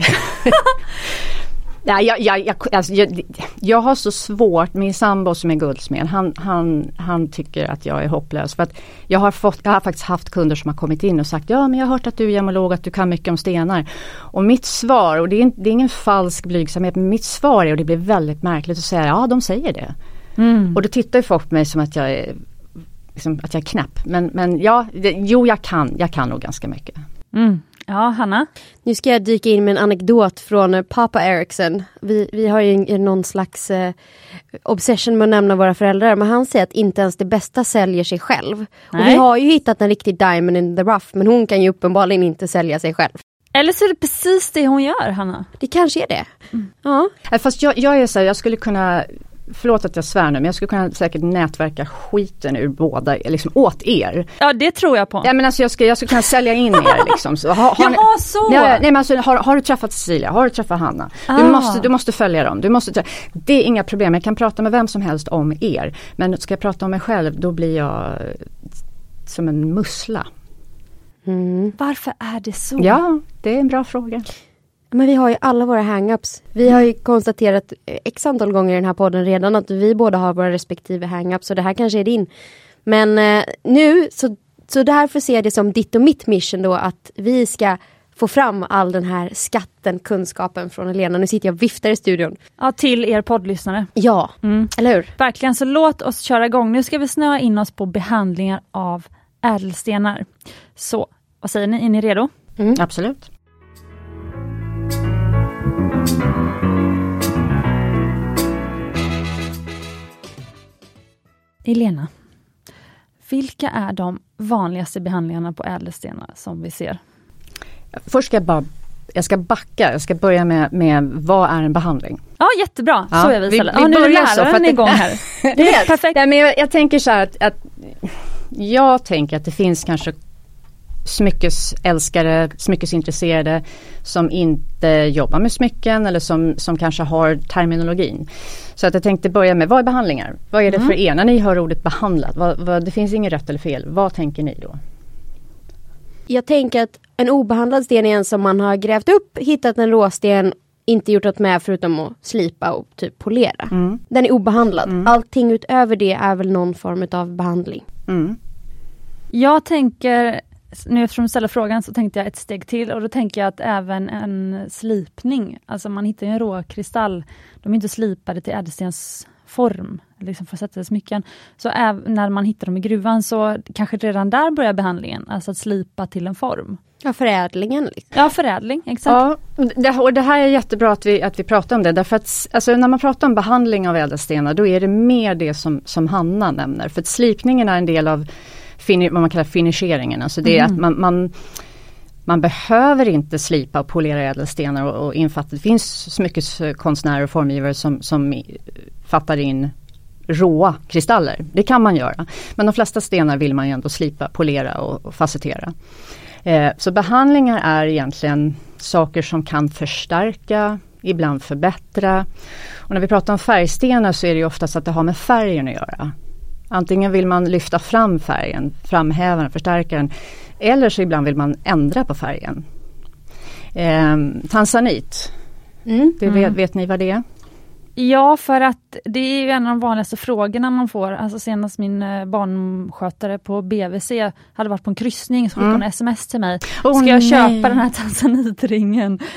C: Ja, jag, jag, jag, alltså, jag, jag har så svårt, min sambo som är guldsmed, han, han, han tycker att jag är hopplös. För att jag, har fått, jag har faktiskt haft kunder som har kommit in och sagt, ja men jag har hört att du är gemolog, att du kan mycket om stenar. Och mitt svar, och det är, det är ingen falsk blygsamhet, men mitt svar är, och det blir väldigt märkligt att säga, ja de säger det. Mm. Och då tittar ju folk på mig som att jag är, liksom, att jag är knäpp. Men, men ja, det, jo jag kan, jag kan nog ganska mycket.
A: Mm. Ja, Hanna?
B: Nu ska jag dyka in med en anekdot från pappa Eriksson. Vi, vi har ju någon slags eh, obsession med att nämna våra föräldrar. Men han säger att inte ens det bästa säljer sig själv. Nej. Och vi har ju hittat en riktig diamond in the rough. Men hon kan ju uppenbarligen inte sälja sig själv.
A: Eller så är det precis det hon gör, Hanna.
B: Det kanske är det. Mm. Ja.
C: Fast jag, jag är så här, jag skulle kunna... Förlåt att jag svär nu, men jag skulle kunna säkert nätverka skiten ur båda, liksom åt er.
A: Ja, det tror jag på.
C: Ja, men alltså jag skulle, jag skulle kunna sälja in er liksom. Så, har, har
A: Jaha,
C: ni,
A: så!
C: Nej, nej men alltså, har, har du träffat Cecilia? Har du träffat Hanna? Ah. Du, måste, du måste följa dem. Du måste, det är inga problem, jag kan prata med vem som helst om er. Men ska jag prata om mig själv, då blir jag som en mussla.
A: Mm. Varför är det så?
C: Ja, det är en bra fråga.
B: Men vi har ju alla våra hang-ups. Vi har ju konstaterat x antal gånger i den här podden redan att vi båda har våra respektive hang-ups. Så det här kanske är din. Men eh, nu så, så därför ser jag det som ditt och mitt mission då. Att vi ska få fram all den här skatten, kunskapen från Elena. Nu sitter jag och viftar i studion.
A: Ja, till er poddlyssnare.
B: Ja, mm. Eller hur?
A: Verkligen, så låt oss köra igång. Nu ska vi snöa in oss på behandlingar av ädelstenar. Så, vad säger ni? Är ni redo?
C: Mm. Absolut.
A: Elena, vilka är de vanligaste behandlingarna på ädelstenar som vi ser?
C: Först ska jag bara jag ska backa, jag ska börja med, med vad är en behandling?
A: Ja, jättebra, ja, så jag visar.
C: Vi, vi
A: ja, nu är
C: läraren
A: igång här. Det är perfekt.
C: Ja, men jag, jag tänker så här att, att jag tänker att det finns kanske smyckesälskare, smyckesintresserade som inte jobbar med smycken eller som, som kanske har terminologin. Så att jag tänkte börja med, vad är behandlingar? Vad är det mm. för er? När ni hör ordet behandlat, vad, vad, det finns inget rätt eller fel. Vad tänker ni då?
B: Jag tänker att en obehandlad sten är en som man har grävt upp, hittat en råsten, inte gjort något med förutom att slipa och typ polera. Mm. Den är obehandlad. Mm. Allting utöver det är väl någon form av behandling. Mm.
A: Jag tänker... Nu eftersom du ställer frågan så tänkte jag ett steg till och då tänker jag att även en slipning, alltså man hittar ju en råkristall, de är inte slipade till ädelstens form, liksom för att sätta i smycken. Så även när man hittar dem i gruvan så kanske redan där börjar behandlingen, alltså att slipa till en form.
B: Ja, förädlingen. Liksom.
A: Ja, förädling, exakt.
C: Ja, det, och det här är jättebra att vi, att vi pratar om det, därför att alltså, när man pratar om behandling av ädelstenar då är det mer det som, som Hanna nämner, för att slipningen är en del av vad man kallar finisheringen. Alltså det är mm. att man, man, man behöver inte slipa och polera ädelstenar och, och infatta. Det finns smyckeskonstnärer och formgivare som, som fattar in råa kristaller. Det kan man göra. Men de flesta stenar vill man ju ändå slipa, polera och, och facettera. Eh, så behandlingar är egentligen saker som kan förstärka, ibland förbättra. Och när vi pratar om färgstenar så är det ju oftast att det har med färgen att göra. Antingen vill man lyfta fram färgen, framhäva den, förstärka den. Eller så ibland vill man ändra på färgen. Eh, tanzanit. Mm. Det vet, vet ni vad det är?
A: Ja, för att det är ju en av de vanligaste frågorna man får. Alltså senast min barnskötare på B V C hade varit på en kryssning så skickade mm. hon sms till mig. Ska oh, jag nej. köpa den här tanzanitringen?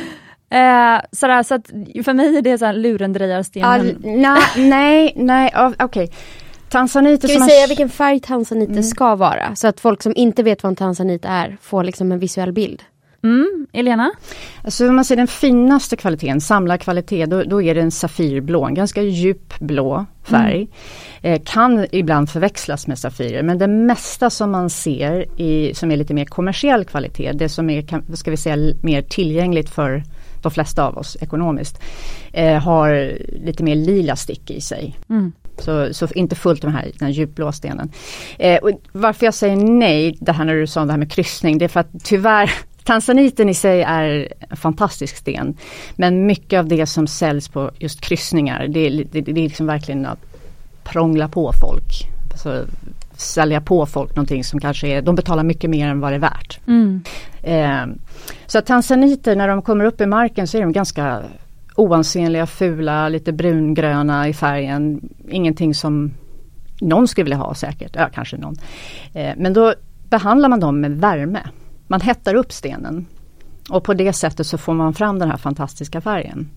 A: Eh, sådär, så att för mig är det så här lurendrejarstenen.
C: All, na, nej, nej, okej. Okay. Tanzaniter.
B: Ska vi
C: som
B: säga
C: har...
B: vilken färg tanzaniter mm. ska vara? Så att folk som inte vet vad en tanzanit är får liksom en visuell bild.
A: Mm, Elena?
C: Alltså om man ser den finaste kvaliteten, samlarkvalitet, då, då är det en safirblå, en ganska djup blå färg. Mm. Eh, kan ibland förväxlas med safirer, men det mesta som man ser i, som är lite mer kommersiell kvalitet, det som är, kan, ska vi säga, mer tillgängligt för de flesta av oss ekonomiskt, eh, har lite mer lila stick i sig. Mm. Så, så inte fullt de här, den här djupblå stenen. Eh, och varför jag säger nej, det här när du sa det här med kryssning, det är för att tyvärr tanzaniten i sig är en fantastisk sten. Men mycket av det som säljs på just kryssningar, det, det, det är liksom verkligen att prångla på folk. Alltså, sälja på folk någonting som kanske är, de betalar mycket mer än vad det är värt. Mm. Eh, så att tanzaniter, när de kommer upp i marken så är de ganska oansenliga, fula, lite brungröna i färgen. Ingenting som någon skulle vilja ha säkert. Ja, kanske någon. Eh, men då behandlar man dem med värme. Man hettar upp stenen. Och på det sättet så får man fram den här fantastiska färgen.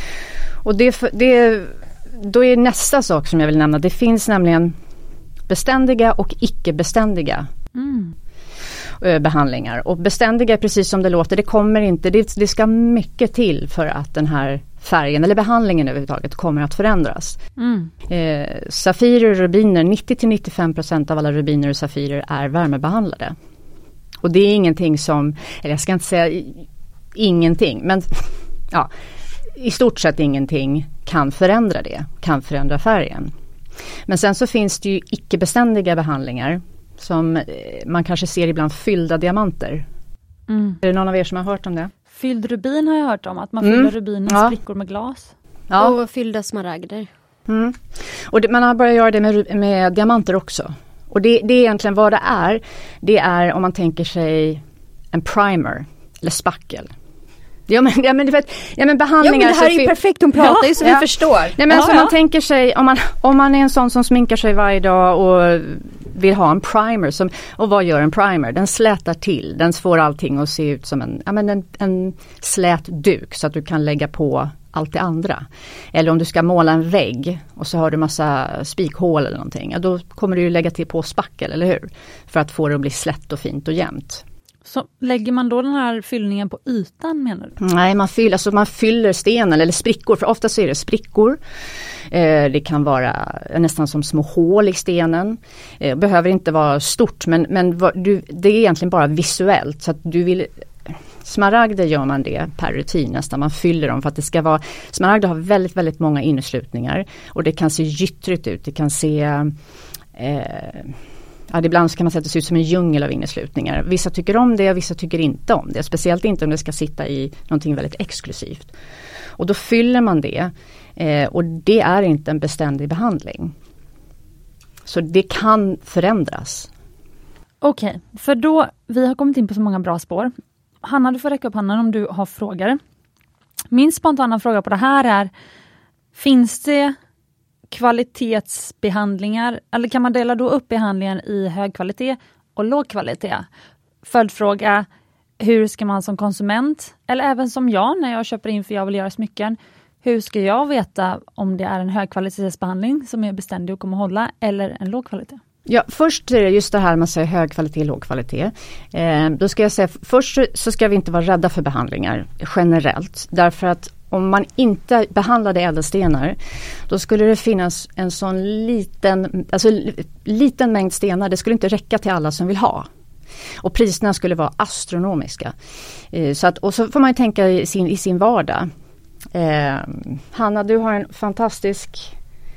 C: Och det, det, då är nästa sak som jag vill nämna. Det finns nämligen beständiga och icke-beständiga mm. behandlingar. Och beständiga är precis som det låter. Det kommer inte, det, det ska mycket till för att den här färgen eller behandlingen överhuvudtaget kommer att förändras. Mm. Eh, safirer och rubiner, nittio till nittiofem procent av alla rubiner och safirer är värmebehandlade. Och det är ingenting som, eller jag ska inte säga ingenting, men ja, i stort sett ingenting kan förändra det, kan förändra färgen. Men sen så finns det ju icke-beständiga behandlingar som man kanske ser ibland fyllda diamanter. Mm. Är det någon av er som har hört om det?
A: Fylld rubin har jag hört om, att man fyller mm. rubinens ja. sprickor med glas.
B: Ja. Och fyllda smaragder.
C: Mm. Och det, man har börjat göra det med, med diamanter också. Och det, det är egentligen vad det är. Det är om man tänker sig en primer eller spackel. Ja men, ja, men, du vet, ja, men behandlingar...
B: Ja men det här är ju perfekt, hon pratar ja, ju så ja. vi förstår.
C: Nej, men ja, så ja. man tänker sig, om man, om man är en sån som sminkar sig varje dag och vill ha en primer. Som, och vad gör en primer? Den slätar till. Den får allting att se ut som en, ja, men en, en slät duk så att du kan lägga på allt det andra. Eller om du ska måla en vägg och så har du massa spikhål eller någonting. Ja, då kommer du ju lägga till på spackel, eller hur? För att få det att bli slätt och fint och jämnt.
A: Så lägger man då den här fyllningen på ytan, menar du?
C: Nej, man fyller, alltså man fyller stenen eller sprickor. För ofta så är det sprickor. Eh, det kan vara nästan som små hål i stenen. Eh, behöver inte vara stort, men, men du, det är egentligen bara visuellt. Så att du vill... Smaragder gör man det per rutin nästan. Man fyller dem för att det ska vara... Smaragder har väldigt, väldigt många inneslutningar. Och det kan se gyttrigt ut. Det kan se... Eh, ja, ibland kan man säga att det ser ut som en djungel av inneslutningar. Vissa tycker om det och vissa tycker inte om det. Speciellt inte om det ska sitta i någonting väldigt exklusivt. Och då fyller man det. Eh, och det är inte en beständig behandling. Så det kan förändras.
A: Okej, okay, för då... Vi har kommit in på så många bra spår. Hanna, du får räcka upp handen om du har frågor. Min spontana fråga på det här är: finns det kvalitetsbehandlingar, eller kan man dela då upp behandlingen i hög kvalitet och låg kvalitet? Följdfråga: hur ska man som konsument, eller även som jag när jag köper in för jag vill göra smycken, hur ska jag veta om det är en högkvalitetsbehandling som är beständig och kommer hålla, eller en låg kvalitet?
C: Ja, först är det just det här man säger hög kvalitet, låg kvalitet. Eh, då ska jag säga, först så ska vi inte vara rädda för behandlingar generellt. Därför att om man inte behandlade ädelstenar, då skulle det finnas en sån liten, alltså liten mängd stenar. Det skulle inte räcka till alla som vill ha. Och priserna skulle vara astronomiska. Eh, så att, och så får man ju tänka i sin, i sin vardag. Eh, Hanna, du har en fantastisk...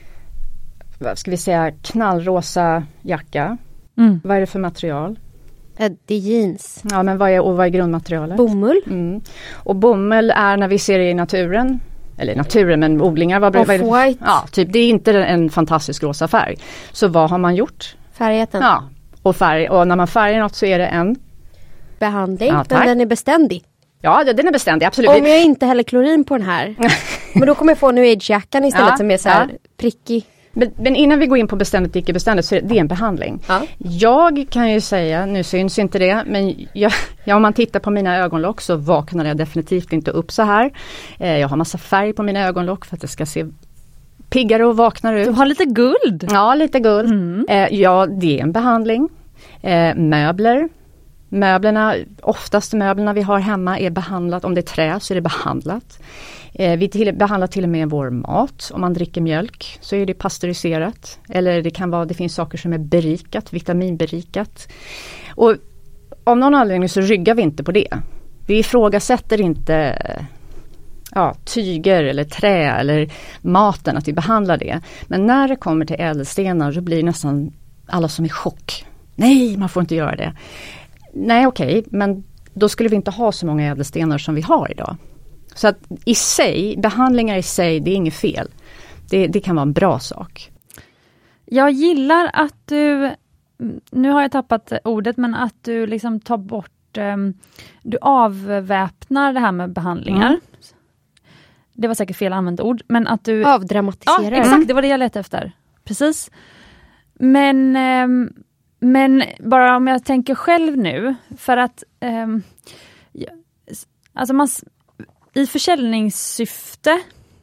C: vad ska vi säga, knallrosa jacka. Mm. Vad är det för material?
B: Det är jeans.
C: Ja, men vad är, och vad är grundmaterialet?
B: Bomull.
C: Mm. Och bomull är när vi ser det i naturen, eller naturen, men odlingar. Vad, vad är det?
B: Off-white.
C: Ja, typ, det är inte en fantastisk rosa färg. Så vad har man gjort?
B: Färgat den.
C: Ja, och, färg, och när man färgar något så är det en...
B: behandling, ja, men den är beständig.
C: Ja, den är beständig, absolut.
B: Om jag inte häller klorin på den här, men då kommer jag få New Age-jackan istället ja, som är så här ja. prickig.
C: Men, men innan vi går in på beständigt och icke beständigt så är det en behandling. Ja. Jag kan ju säga, nu syns inte det, men jag, Ja, om man tittar på mina ögonlock så vaknar jag definitivt inte upp så här. Eh, jag har massa färg på mina ögonlock för att det ska se piggare och vaknare ut.
A: Du har lite guld.
C: Ja, lite guld. Mm. Eh, ja, det är en behandling. Eh, möbler. Möblerna, oftast möblerna vi har hemma är behandlat. Om det är trä så är det behandlat. Eh, vi till, behandlar till och med vår mat. Om man dricker mjölk så är det pasteuriserat. Eller det kan vara, det finns saker som är berikat, vitaminberikat. Och av någon anledning så ryggar vi inte på det. Vi ifrågasätter inte ja, tyger eller trä eller maten, att vi behandlar det. Men när det kommer till ädelstenar så blir nästan alla som i chock. Nej, man får inte göra det. Nej, okej, okay, men då skulle vi inte ha så många ädelstenar som vi har idag. Så att i sig, behandlingar i sig, det är inget fel. Det, det kan vara en bra sak.
A: Jag gillar att du, nu har jag tappat ordet, men att du liksom tar bort, um, du avväpnar det här med behandlingar. Mm. Det var säkert fel använt ord, men att du...
B: Avdramatiserar.
A: Ja, exakt, det var det jag letade efter. Precis. Men, um, men bara om jag tänker själv nu, för att um, alltså man, i försäljningssyfte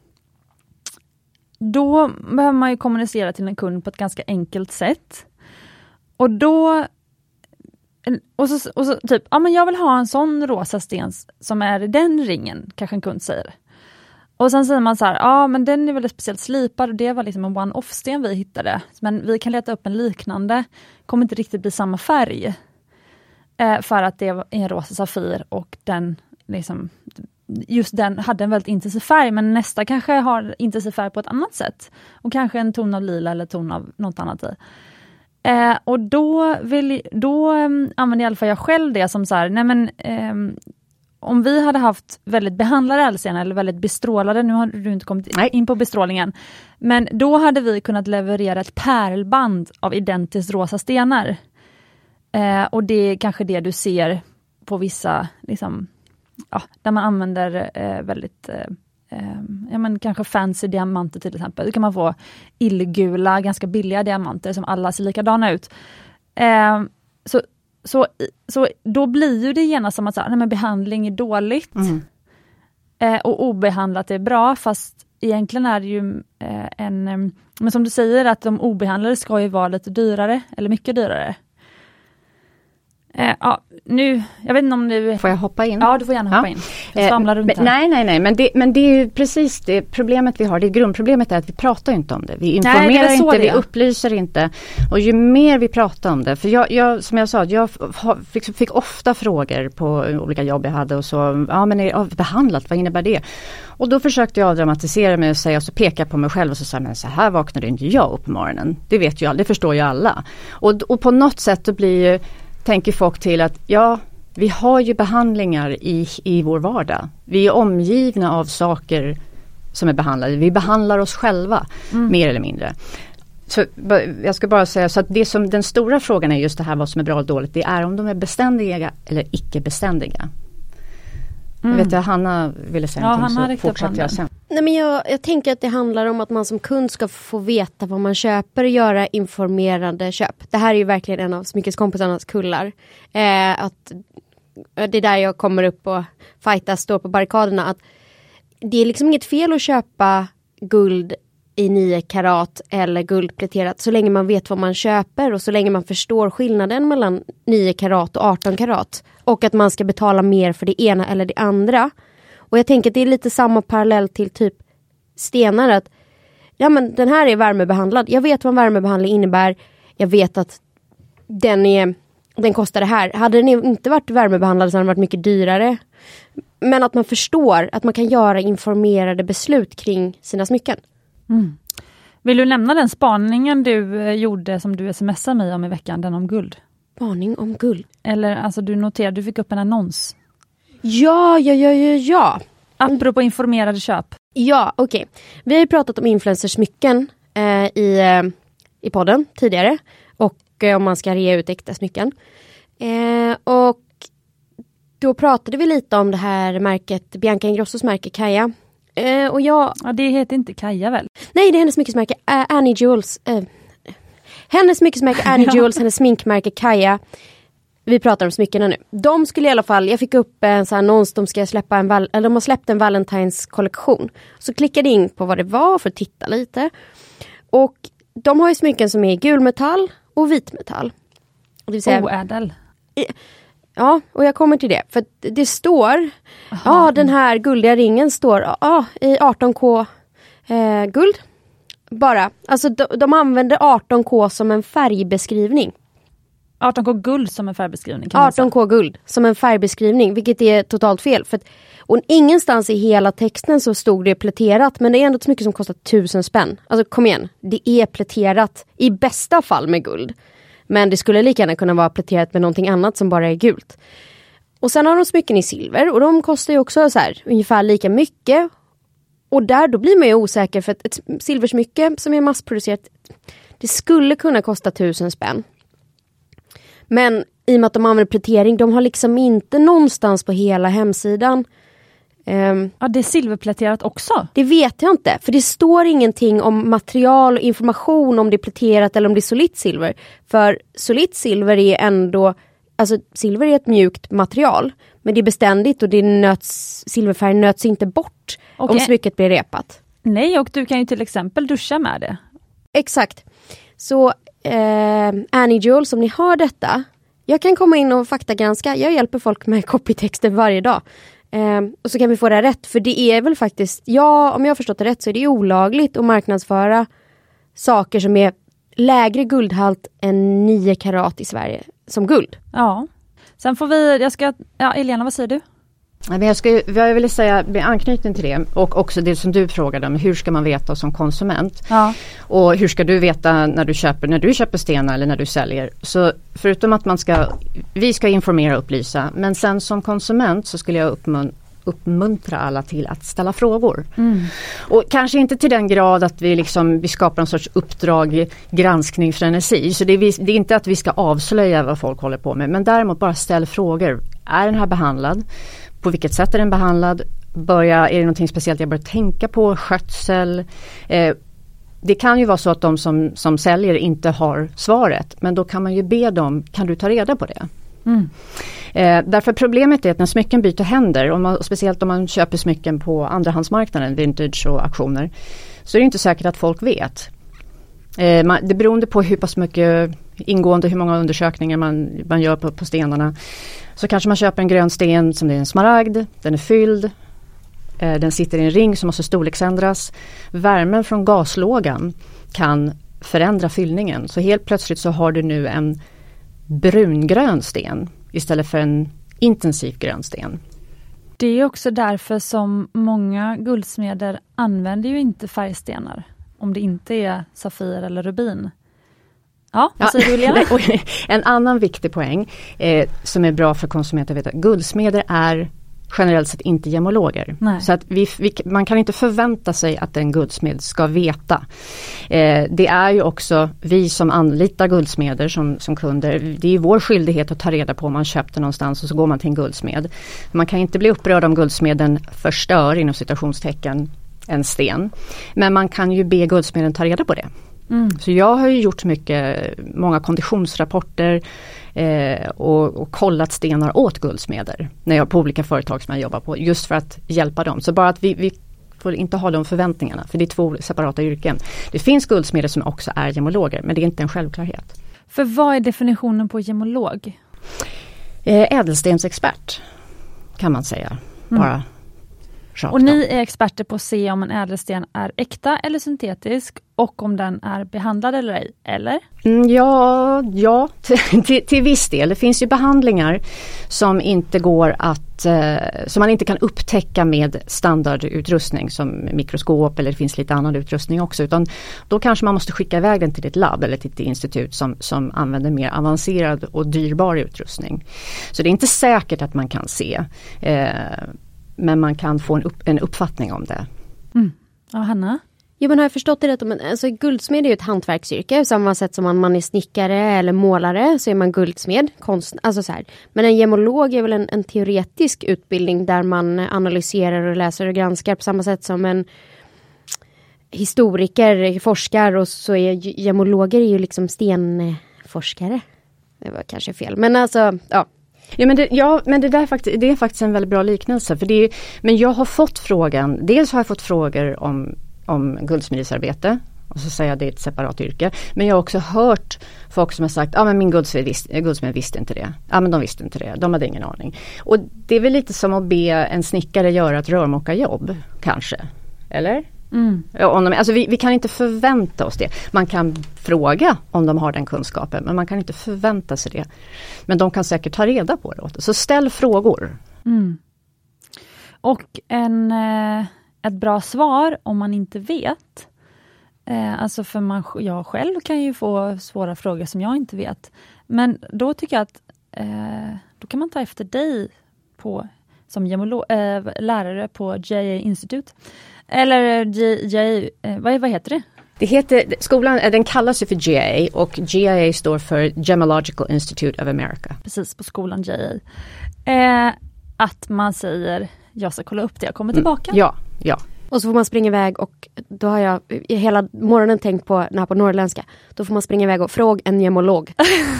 A: då behöver man ju kommunicera till en kund på ett ganska enkelt sätt. Och då och så, och så typ, ja men jag vill ha en sån rosa sten som är i den ringen, kanske en kund säger. Och sen säger man så här, ja men den är väldigt speciellt slipad och det var liksom en one-off-sten vi hittade. Men vi kan leta upp en liknande, kommer inte riktigt bli samma färg. Eh, för att det är en rosa safir och den liksom, just den hade en väldigt intensiv färg, men nästa kanske har intensiv färg på ett annat sätt. Och kanske en ton av lila eller ton av något annat i. Eh, och då, vill, då um, använder i alla fall jag själv det som så här, nej men um, om vi hade haft väldigt behandlade ädelstenar eller väldigt bestrålade, nu har du inte kommit nej. in på bestrålningen, men då hade vi kunnat leverera ett pärlband av identiskt rosa stenar. Eh, och det är kanske det du ser på vissa, liksom, ja, där man använder eh, väldigt eh, eh, ja, men kanske fancy diamanter till exempel. Då kan man få illgula, ganska billiga diamanter som alla ser likadana ut. Eh, så, så, så då blir ju det genast som att säga, nej, men behandling är dåligt mm. eh, och obehandlat är bra, fast egentligen är det ju eh, en, men som du säger att de obehandlade ska ju vara lite dyrare eller mycket dyrare. Eh, ja, nu, jag vet inte om du...
C: Får jag hoppa in?
A: Ja, du får gärna hoppa ja. in. Jag svamlar runt
C: här. Nej, nej, nej, men det, men det är ju precis det problemet vi har. Det grundproblemet är att vi pratar inte om det. Vi informerar nej, det inte, vi upplyser inte. Och ju mer vi pratar om det, för jag, jag som jag sa, jag fick, fick ofta frågor på olika jobb jag hade och så, ja men är det behandlat, vad innebär det? Och då försökte jag dramatisera mig och säga, och så peka på mig själv och så sa men så här vaknade inte jag upp på morgonen. Det vet ju alla, det förstår ju alla. Och, och på något sätt då blir ju tänker folk till att ja, vi har ju behandlingar i, i vår vardag. Vi är omgivna av saker som är behandlade. Vi behandlar oss själva, mm. mer eller mindre. Så jag ska bara säga så att det som den stora frågan är just det här vad som är bra och dåligt. Det är om de är beständiga eller icke beständiga. Mm. Jag vet att Hanna ville säga
A: ja,
C: någonting så fortsätter jag sen.
B: Nej, men jag, jag tänker att det handlar om att man som kund ska få veta vad man köper och göra informerade köp. Det här är ju verkligen en av smyckeskompisarnas kullar. Eh, att det är där jag kommer upp och fightas, står på barrikaderna. Att det är liksom inget fel att köpa guld i nio karat eller guldpläterat så länge man vet vad man köper och så länge man förstår skillnaden mellan nio karat och arton karat. Och att man ska betala mer för det ena eller det andra. Och jag tänker att det är lite samma parallell till typ stenar. Att ja, men den här är värmebehandlad. Jag vet vad en värmebehandling innebär. Jag vet att den, är, den kostar det här. Hade den inte varit värmebehandlad så hade den varit mycket dyrare. Men att man förstår att man kan göra informerade beslut kring sina smycken.
A: Mm. Vill du nämna den spaningen du eh, gjorde som du smsade mig om i veckan, den om guld?
B: Spaning om guld?
A: Eller alltså du noterade, du fick upp en annons.
B: Ja, ja, ja, ja, ja.
A: Apropå informerade köp.
B: Ja, okej. Okay. Vi har ju pratat om influencersmycken eh, i, eh, i podden tidigare. Och eh, om man ska ge ut äkta smycken. Eh, och då pratade vi lite om det här märket, Bianca Ingrossos märke Kaja. Uh, och jag...
A: Ja, det heter inte Kaja väl?
B: Nej, det är hennes smyckesmärke uh, Annie Jewels. Uh, hennes smyckesmärke Annie Jewels, hennes sminkmärke Kaja. vi pratar om smyckena nu. De skulle i alla fall, jag fick upp en sån här annons, de ska släppa en, eller de har släppt en Valentines kollektion. Så klickade in på vad det var för att titta lite. Och de har ju smycken som är gulmetall och vitmetall. Det vill säga,
A: oädel.
B: Ja, och jag kommer till det. För det står, ja ah, den här guldiga ringen står ah, i arton K eh, guld. Bara, alltså de, de använder arton K som en färgbeskrivning.
A: arton K guld som en färgbeskrivning kan
B: arton K guld som en färgbeskrivning, vilket är totalt fel. För att, och ingenstans i hela texten så stod det pläterat, men det är ändå så mycket som kostar tusen spänn. Alltså kom igen, det är pläterat i bästa fall med guld. Men det skulle lika gärna kunna vara pläterat med någonting annat som bara är gult. Och sen har de smycken i silver och de kostar ju också så här, ungefär lika mycket. Och där då blir man ju osäker för att ett silversmycke som är massproducerat, det skulle kunna kosta tusen spänn. Men i och med att de använder plätering, de har liksom inte någonstans på hela hemsidan. Um,
A: ja, det är silverpläterat också.
B: Det vet jag inte, för det står ingenting om material och information om det är pläterat eller om det är solitt silver. För solitt silver är ändå, alltså silver är ett mjukt material, men det är beständigt och det nöts, silverfärg nöts inte bort okay. om smycket blir repat.
A: Nej, och du kan ju till exempel duscha med det.
B: Exakt. Så eh, Annie Jewels, om ni har detta, jag kan komma in och faktagranska. Jag hjälper folk med copytexter varje dag. Eh, och så kan vi få det rätt. För det är väl faktiskt, ja, om jag har förstått det rätt så är det olagligt att marknadsföra saker som är lägre guldhalt än nio karat i Sverige som guld.
A: Ja. Sen får vi, jag ska, ja Elena, vad säger du?
C: Jag, ska, jag vill säga med anknytning till det och också det som du frågade om, hur ska man veta som konsument?
A: Ja.
C: Och hur ska du veta när du köper när du köper stenar eller när du säljer? Så förutom att man ska, vi ska informera och upplysa, men sen som konsument så skulle jag uppmun, uppmuntra alla till att ställa frågor.
A: Mm.
C: Och kanske inte till den grad att vi liksom vi skapar en sorts uppdrag, granskning, frenesi. Så det är, vi, det är inte att vi ska avslöja vad folk håller på med, men däremot bara ställ frågor. Är den här behandlad? På vilket sätt är den behandlad? Börja, är det någonting speciellt jag bör tänka på? Skötsel? Eh, det kan ju vara så att de som, som säljer inte har svaret. Men då kan man ju be dem, kan du ta reda på det?
A: Mm.
C: Eh, därför problemet är att när smycken byter händer, om man, speciellt om man köper smycken på andrahandsmarknaden, vintage och auktioner, så är det inte säkert att folk vet. Eh, man, det beror på hur pass mycket ingående, hur många undersökningar man, man gör på, på stenarna. Så kanske man köper en grön sten som det är en smaragd, den är fylld, eh, den sitter i en ring som måste storleksändras. Värmen från gaslågan kan förändra fyllningen. Så helt plötsligt så har du nu en brungrön sten istället för en intensiv grön sten.
A: Det är också därför som många guldsmeder använder ju inte färgstenar om det inte är safir eller rubin. Ja, vad säger du, Lena?
C: En annan viktig poäng eh, som är bra för konsumenter att veta, guldsmeder är generellt sett inte gemologer.
A: Nej.
C: Så att vi, vi, man kan inte förvänta sig att en guldsmed ska veta. Eh, det är ju också vi som anlitar guldsmeder som, som kunder, det är vår skyldighet att ta reda på om man köpte någonstans och så går man till en guldsmed. Man kan inte bli upprörd om guldsmeden förstör inom citationstecken en sten. Men man kan ju be guldsmeden ta reda på det.
A: Mm.
C: Så jag har ju gjort mycket, många konditionsrapporter eh, och, och kollat stenar åt guldsmeder när jag på olika företag som jag jobbar på, just för att hjälpa dem. Så bara att vi, vi får inte ha de förväntningarna, för det är två separata yrken. Det finns guldsmeder som också är gemologer, men det är inte en självklarhet.
A: För vad är definitionen på gemolog?
C: Eh, ädelstensexpert kan man säga, bara.
A: Mm. Och ni är experter på att se om en ädelsten är äkta eller syntetisk och om den är behandlad eller ej, eller?
C: Mm, ja, ja till, till, till viss del. Det finns ju behandlingar som inte går att, eh, som man inte kan upptäcka med standardutrustning som mikroskop, eller det finns lite annan utrustning också, utan då kanske man måste skicka iväg den till ett labb eller till ett institut som, som använder mer avancerad och dyrbar utrustning. Så det är inte säkert att man kan se, eh, men man kan få en, upp, en uppfattning om det.
A: Mm. Ja, Hanna?
B: Jo, men har jag förstått det rätt? Men, alltså, guldsmed är ju ett hantverksyrke. På samma sätt som man, man är snickare eller målare så är man guldsmed. Konst, alltså så här. Men en gemolog är väl en, en teoretisk utbildning där man analyserar och läser och granskar på samma sätt som en historiker forskar, och så är gemologer är ju liksom stenforskare. det var kanske fel. Men alltså, ja.
C: Ja, men det, ja, men det, där är faktiskt, det är faktiskt en väldigt bra liknelse. För det är, men jag har fått frågan, dels har jag fått frågor om, om guldsmedesarbete. Och så säger jag att det är ett separat yrke. Men jag har också hört folk som har sagt, ja ah, men min guldsmed visste, guldsmed visste inte det. Ja ah, men de visste inte det, de hade ingen aning. Och det är väl lite som att be en snickare göra ett rörmokarjobb, kanske. Eller? Mm. Om de, alltså vi, vi kan inte förvänta oss det. Man kan fråga om de har den kunskapen, men man kan inte förvänta sig det. Men de kan säkert ta reda på det. Så ställ frågor.
A: Mm. Och en, ett bra svar om man inte vet. Eh, alltså för man, jag själv kan ju få svåra frågor som jag inte vet. Men då tycker jag att eh, då kan man ta efter dig på, som gemolo- äh, lärare på J A Institute. Eller J, J, äh, vad, vad heter det?
C: Det heter, skolan, den kallas ju för J A och J A står för Gemological Institute of America.
A: Precis, på skolan J A. Eh, att man säger, jag ska kolla upp det, jag kommer tillbaka.
C: Mm, ja, ja.
B: Och så får man springa iväg och då har jag hela morgonen tänkt på, när på norrländska, då får man springa iväg och fråga en gemolog.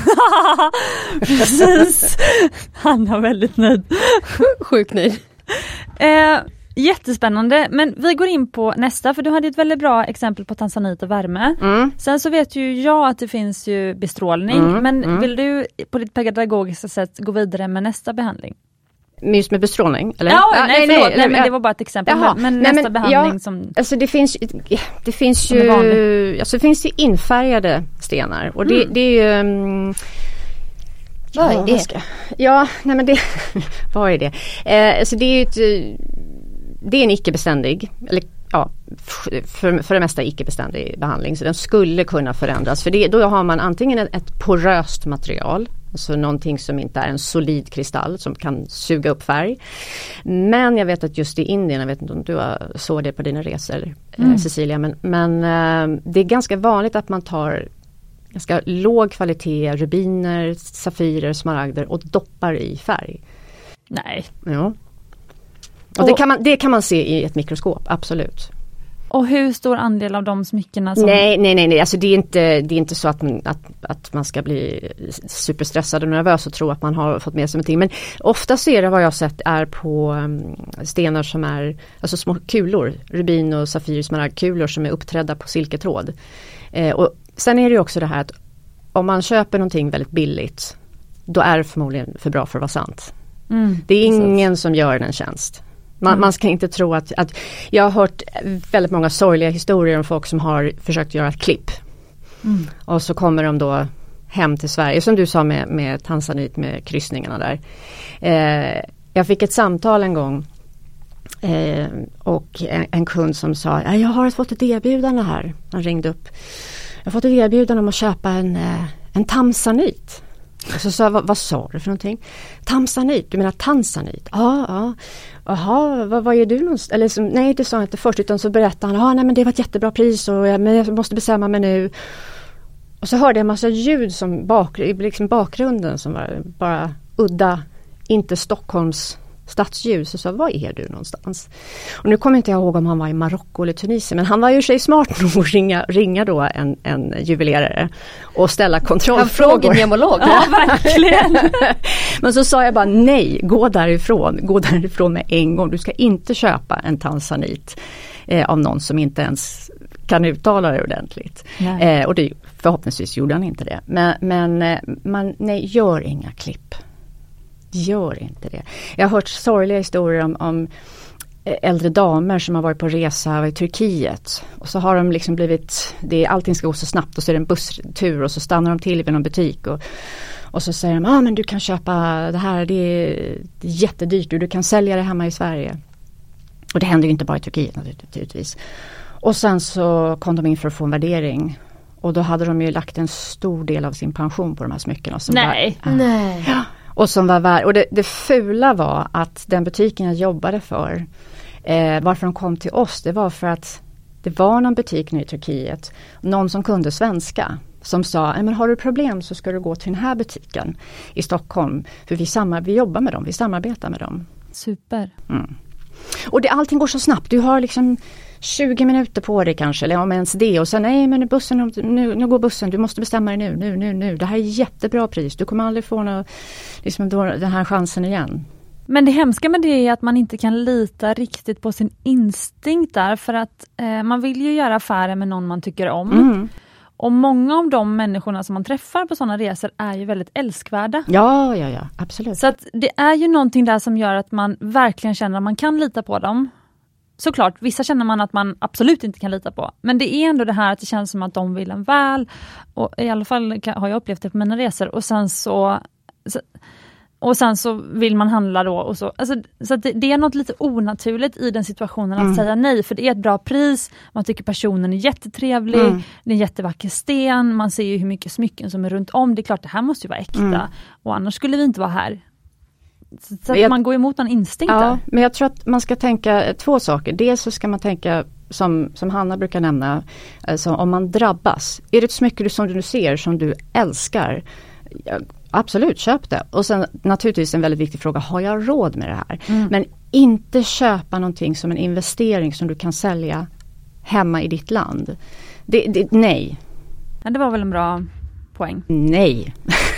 A: Precis. Han är väldigt nöjd.
B: Sjukt nöjd.
A: Eh, jättespännande, men vi går in på nästa, för du hade ett väldigt bra exempel på tanzanit och värme. Mm. Sen så vet ju jag att det finns ju bestrålning, mm, men mm. vill du på ditt pedagogiska sätt gå vidare med nästa behandling?
C: Just med bestrålning? Eller?
A: Ja, ja, nej, nej, nej, nej, men det var bara ett exempel.
C: Jaha,
A: men, men
C: nej,
A: nästa
C: men,
A: behandling
C: ja,
A: som...
C: Alltså det finns, det finns ju... Alltså det finns ju infärgade stenar. Och det, mm. det är ju... Um,
B: vad
C: ja,
B: är det?
C: Ska, ja, nej men det... vad är det? Eh, alltså det är ju ett... Det är en icke-beständig... Eller ja, för, för det mesta icke-beständig behandling. Så den skulle kunna förändras. För det, då har man antingen ett, ett poröst material... Alltså någonting som inte är en solid kristall som kan suga upp färg. Men jag vet att just i Indien, jag vet inte om du såg det på dina resor, mm. Cecilia, men, men äh, det är ganska vanligt att man tar ganska låg kvalitet, rubiner, safirer, smaragder och doppar i färg.
A: Nej.
C: Ja. Och, och det, kan man, det kan man se i ett mikroskop, absolut.
A: Och hur stor andel av de smyckena som...
C: Nej, nej, nej. nej. Alltså det är inte, det är inte så att man, att, att man ska bli superstressad och nervös och tro att man har fått med sig någonting. Men oftast är det, vad jag har sett, är på um, stenar som är alltså små kulor. Rubin och safir, smaragdkulor som är uppträdda på silketråd. Eh, och sen är det ju också det här att om man köper någonting väldigt billigt, då är det förmodligen för bra för att vara sant. Mm, det är ingen som gör den tjänst. Man, mm. man ska inte tro att, att... Jag har hört väldigt många sorgliga historier om folk som har försökt göra ett klipp. Mm. Och så kommer de då hem till Sverige. Som du sa med, med tanzanit, med kryssningarna där. Eh, jag fick ett samtal en gång. Eh, och en, en kund som sa, jag har fått ett erbjudande här. Han ringde upp. Jag har fått ett erbjudande om att köpa en, en tanzanit. Och så sa jag, vad, vad sa du för någonting? Tanzanit, du menar tanzanit? Ja, ja. Jaha, vad, vad är du någonstans? Eller som, nej, det sa jag inte först, utan så berättade han, ja, nej men det var ett jättebra pris och jag, men jag måste bestämma mig nu. Och så hörde jag en massa ljud som bak, liksom bakgrunden som var bara udda, inte Stockholms stadsljus. Och så, vad är du någonstans? Och nu kommer inte jag ihåg om han var i Marocko eller Tunisien, men han var ju sig smart nog att ringa, ringa då en, en juvelerare och ställa kontrollfrågor.
B: Han frågade gemolog.
A: Ja, verkligen.
C: Men så sa jag bara, nej, gå därifrån. Gå därifrån med en gång. Du ska inte köpa en tanzanit eh, av någon som inte ens kan uttala det ordentligt. Eh, och det, förhoppningsvis gjorde han inte det. Men, men eh, man, nej, gör inga klipp. Gör inte det. Jag har hört sorgliga historier om, om äldre damer som har varit på resa i Turkiet. Och så har de liksom blivit, det, allting ska gå så snabbt och så är det en busstur och så stannar de till vid någon butik. Och, och så säger de, ja ah, men du kan köpa det här, det är, det är jättedyrt, du kan sälja det hemma i Sverige. Och det händer ju inte bara i Turkiet naturligtvis. Och sen så kom de in för att få en värdering. Och då hade de ju lagt en stor del av sin pension på de här smyckena. Som
A: Nej,
C: var,
B: nej.
C: Ja. Och som var värd, och det, det fula var att den butiken jag jobbade för, eh, varför de kom till oss, det var för att det var någon butik nu i Turkiet, någon som kunde svenska, som sa, men har du problem så ska du gå till den här butiken i Stockholm, för vi, samar- vi jobbar med dem, vi samarbetar med dem.
A: Super.
C: Mm. Och det, allting går så snabbt. Du har liksom tjugo minuter på dig kanske, eller om ens det. Och sen, nej men bussen, nu, nu går bussen, du måste bestämma dig nu, nu, nu, nu. Det här är jättebra pris. Du kommer aldrig få någon, liksom, den här chansen igen.
A: Men det hemska med det är att man inte kan lita riktigt på sin instinkt där. För att eh, man vill ju göra affärer med någon man tycker om.
C: Mm.
A: Och många av de människorna som man träffar på sådana resor är ju väldigt älskvärda.
C: Ja, ja, ja, absolut.
A: Så att det är ju någonting där som gör att man verkligen känner att man kan lita på dem. Såklart, vissa känner man att man absolut inte kan lita på. Men det är ändå det här att det känns som att de vill en väl. Och i alla fall har jag upplevt det på mina resor. Och sen så... så Och sen så vill man handla då. Och så alltså, så att det, det är något lite onaturligt i den situationen att mm. säga nej. För det är ett bra pris. Man tycker personen är jättetrevlig. Mm. Det är en jättevacker sten. Man ser ju hur mycket smycken som är runt om. Det är klart, det här måste ju vara äkta. Mm. Och annars skulle vi inte vara här. Så, så att jag, man går emot en instinkt
C: ja,
A: där.
C: Men jag tror att man ska tänka två saker. Dels så ska man tänka, som, som Hanna brukar nämna. Alltså, om man drabbas. Är det ett smycke som du ser som du älskar? Ja, absolut, köp det. Och sen naturligtvis en väldigt viktig fråga, har jag råd med det här? Mm. Men inte köpa någonting som en investering som du kan sälja hemma i ditt land. Det, det, nej.
A: Ja, det var väl en bra poäng.
C: Nej.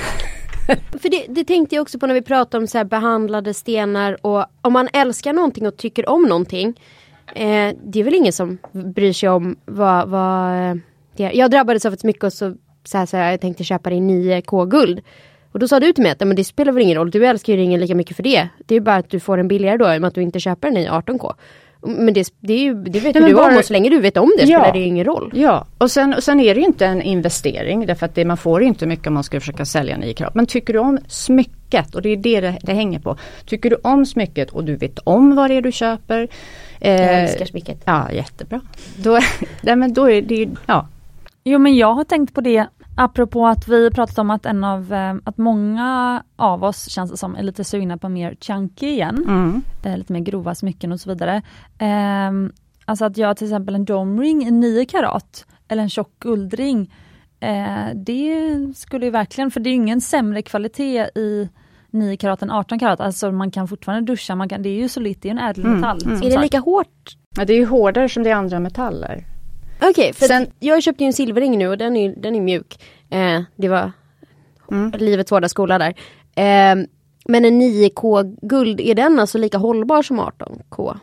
B: För det, det tänkte jag också på när vi pratade om så här behandlade stenar. Och om man älskar någonting och tycker om någonting. Eh, det är väl ingen som bryr sig om vad... vad det är. Jag drabbades av ett smycke och så, så, här, så här, jag tänkte köpa det i nio K guld. Och då sa du till mig att men det spelar väl ingen roll. Du älskar ju ringen lika mycket för det. Det är bara att du får en billigare då. Med att du inte köper den i arton K. Men det, det, är ju, det vet Nej, du bara, om. Och så länge du vet om det ja, spelar det ju ingen roll.
C: Ja, och sen, och sen är det ju inte en investering. Därför att det, man får inte mycket om man ska försöka sälja nio karat. Men tycker du om smycket. Och det är det det, det hänger på. Tycker du om smycket och du vet om vad det är du köper.
B: Eh, jag älskar smycket.
C: Ja, jättebra. Då, nej, men då är det ju, ja.
A: Jo, men jag har tänkt på det. Apropå att vi pratat om att en av att många av oss känns som är lite sugna på mer chunky igen. Mm. Eh, lite mer grova smycken och så vidare. Eh, alltså att jag till exempel en dome ring i nio karat eller en tjock guldring. Eh, det skulle ju verkligen, för det är ju ingen sämre kvalitet i nio karat än arton karat. Alltså man kan fortfarande duscha, man kan, det är ju solitt, det är en ädelmetall. Mm.
B: Mm. Är det lika hårt?
C: Ja, det är ju hårdare som det är andra metaller.
B: Okej, okay, för Sen, jag köpte ju en silverring nu och den är, den är mjuk. Eh, det var mm. livets hårda skola där. Eh, men en nio K guld, är den alltså lika hållbar som arton K?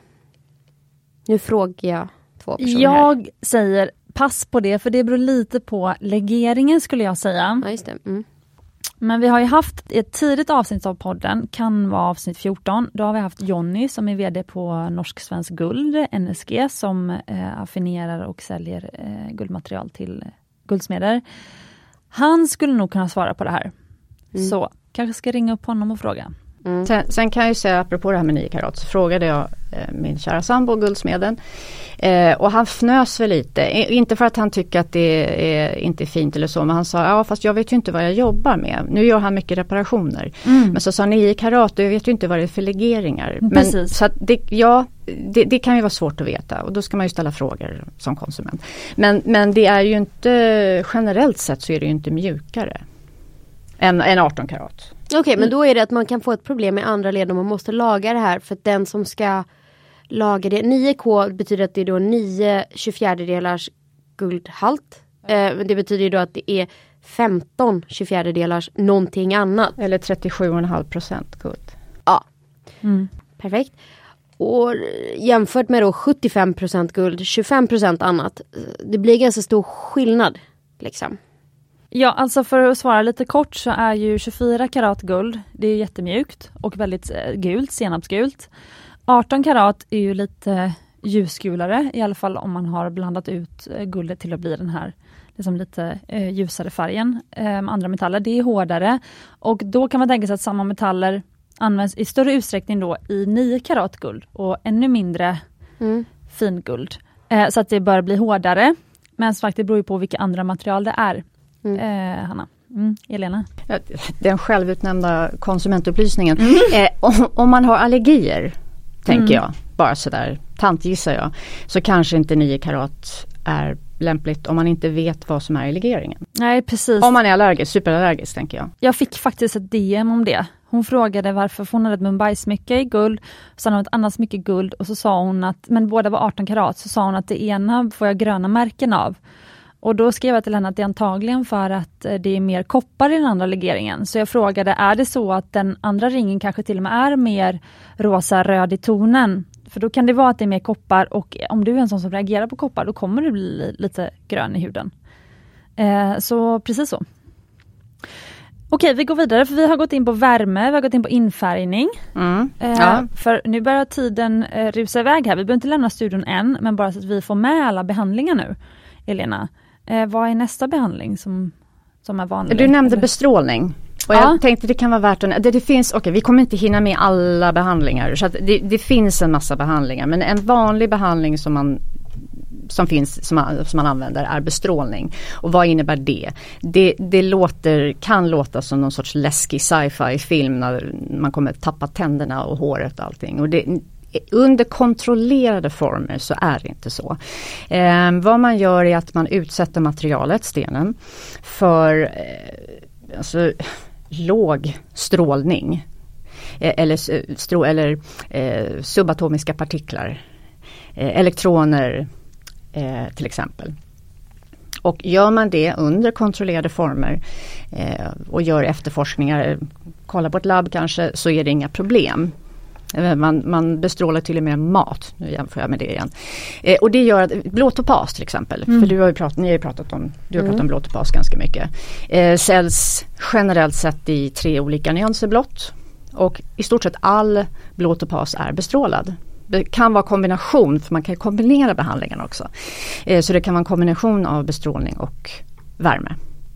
B: Nu frågar jag två personer
A: Jag
B: här.
A: säger pass på det, för det beror lite på legeringen skulle jag säga.
B: Ja, just det. Mm.
A: Men vi har ju haft ett tidigt avsnitt av podden, kan vara avsnitt fjorton. Då har vi haft Jonny som är vd på Norsk Svensk Guld, N S G, som eh, affinerar och säljer eh, guldmaterial till guldsmeder. Han skulle nog kunna svara på det här. Mm. Så kanske ska ringa upp honom och fråga.
C: Mm. Sen, sen kan jag ju säga, apropå det här med nio karat, så frågade jag eh, min kära sambo, guldsmeden. Eh, och han fnös väl lite. Eh, inte för att han tycker att det är, inte är fint eller så. Men han sa, ja fast jag vet ju inte vad jag jobbar med. Nu gör han mycket reparationer. Mm. Men så sa nio karat, jag vet ju inte vad det är för legeringar. Men, så att det, ja, det, det kan ju vara svårt att veta. Och då ska man ju ställa frågor som konsument. Men, men det är ju inte, generellt sett så är det ju inte mjukare än, än arton karat.
B: Okej, okay, men då är det att man kan få ett problem i andra led om man måste laga det här. För att den som ska laga det, nio K betyder att det är då nio tjugofjärdedelars guldhalt. Eh, det betyder ju då att det är femton tjugofjärdedelars någonting annat.
C: Eller trettiosju komma fem procent guld.
B: Ja, mm. Perfekt. Och jämfört med då sjuttiofem procent guld, tjugofem procent annat. Det blir ganska stor skillnad liksom.
A: Ja, alltså för att svara lite kort så är ju tjugofyra karat guld, det är jättemjukt och väldigt gult, senapsgult. arton karat är ju lite ljusgulare, i alla fall om man har blandat ut guldet till att bli den här liksom lite eh, ljusare färgen. Eh, andra metaller, det är hårdare och då kan man tänka sig att samma metaller används i större utsträckning då i nio karat guld och ännu mindre mm. finguld. Eh, så att det bör bli hårdare, men faktiskt det beror ju på vilka andra material det är. Mm. Eh, Hanna, mm, Elena.
C: Den självutnämnda konsumentupplysningen. Mm. Eh, om, om man har allergier, tänker mm. jag, bara sådär, tantgissar jag, så kanske inte nio karat är lämpligt om man inte vet vad som är i legeringen.
A: Nej, precis.
C: Om man är allergisk, superallergisk tänker jag.
A: Jag fick faktiskt ett D M om det. Hon frågade varför hon hade ett Mumbai-smycke i guld. Så hade hon ett annat smycke i guld. Och så sa hon att, men båda var arton karat. Så sa hon att det ena får jag gröna märken av. Och då skrev jag till henne att det är antagligen för att det är mer koppar i den andra legeringen. Så jag frågade, är det så att den andra ringen kanske till och med är mer rosa-röd i tonen? För då kan det vara att det är mer koppar, och om du är en sån som reagerar på koppar, då kommer du bli lite grön i huden. Eh, så precis så. Okej, vi går vidare, för vi har gått in på värme, vi har gått in på infärgning. Mm, ja. eh, för nu börjar tiden eh, rusa iväg här. Vi behöver inte lämna studion än, men bara så att vi får med alla behandlingar nu. Elena, eh, vad är nästa behandling som, som är vanlig?
C: Du nämnde eller? bestrålning. Och jag ja. tänkte det kan vara värt att... Det, det finns, okej, vi kommer inte hinna med alla behandlingar. Så att det, det finns en massa behandlingar. Men en vanlig behandling som man, som finns, som man, som man använder är bestrålning. Och vad innebär det? Det, det låter, kan låta som någon sorts läskig sci-fi-film när man kommer tappa tänderna och håret och allting. Och det... Under kontrollerade former så är det inte så. Eh, vad man gör är att man utsätter materialet, stenen, för eh, alltså, låg strålning. Eh, eller strå, eller eh, subatomiska partiklar. Eh, elektroner eh, till exempel. Och gör man det under kontrollerade former eh, och gör efterforskningar, kollar på ett labb kanske, så är det inga problem. Man, man bestrålar till och med mat. Nu jämför jag med det igen. Eh, och det gör att blå topas till exempel. Mm. För du har ju pratat, ni har ju pratat om, du har pratat mm. om blå topas ganska mycket. Eh, säljs generellt sett i tre olika nyanser blått. Och i stort sett all blå topas är bestrålad. Det kan vara kombination, för man kan kombinera behandlingarna också. Eh, så det kan vara en kombination av bestrålning och värme.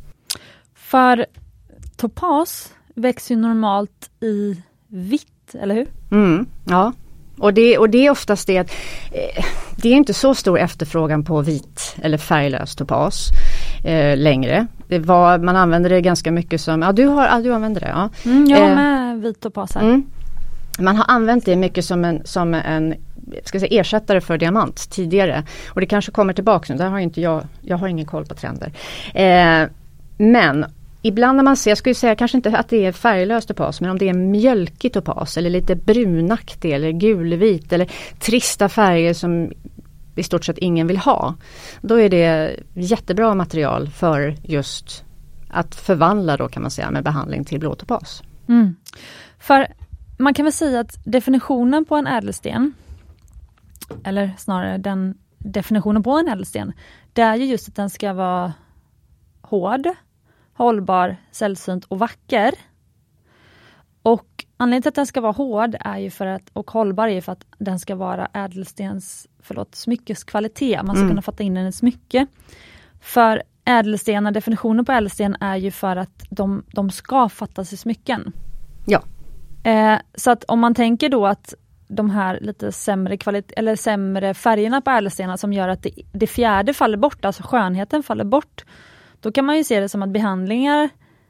A: För topas växer ju normalt i vitt, eller hur?
C: Mm, ja, och det, och det är oftast det att eh, det är inte så stor efterfrågan på vit eller färglös topas eh, längre. Det var, man använder det ganska mycket som, ja du, har, ja, du använder det, ja.
A: Mm, jag har eh, med vit topas här. Mm,
C: man har använt det mycket som en, som en ska säga, ersättare för diamant tidigare. Och det kanske kommer tillbaka nu, där har inte jag, jag har ingen koll på trender. Eh, men ibland när man ser, jag skulle säga kanske inte att det är färglös topas, men om det är mjölkig topas eller lite brunaktig eller gulvit eller trista färger som i stort sett ingen vill ha, då är det jättebra material för just att förvandla då, kan man säga, med behandling till blå topas.
A: Mm. För man kan väl säga att definitionen på en ädelsten, eller snarare den definitionen på en ädelsten, det är ju just att den ska vara hård, hållbar, sällsynt och vacker. Och anledningen till att den ska vara hård är ju för att, och hållbar är för att den ska vara ädelstens, förlåt, smyckeskvalitet. Man ska mm. kunna fatta in den i ett smycke. För ädelstenar, definitionen på ädelsten är ju för att de, de ska fattas i smycken.
C: Ja.
A: Eh, så att om man tänker då att de här lite sämre kvalitet eller sämre färgerna på ädelstenar som gör att det, det fjärde faller bort, alltså skönheten faller bort, då kan man ju se det som att behandlingar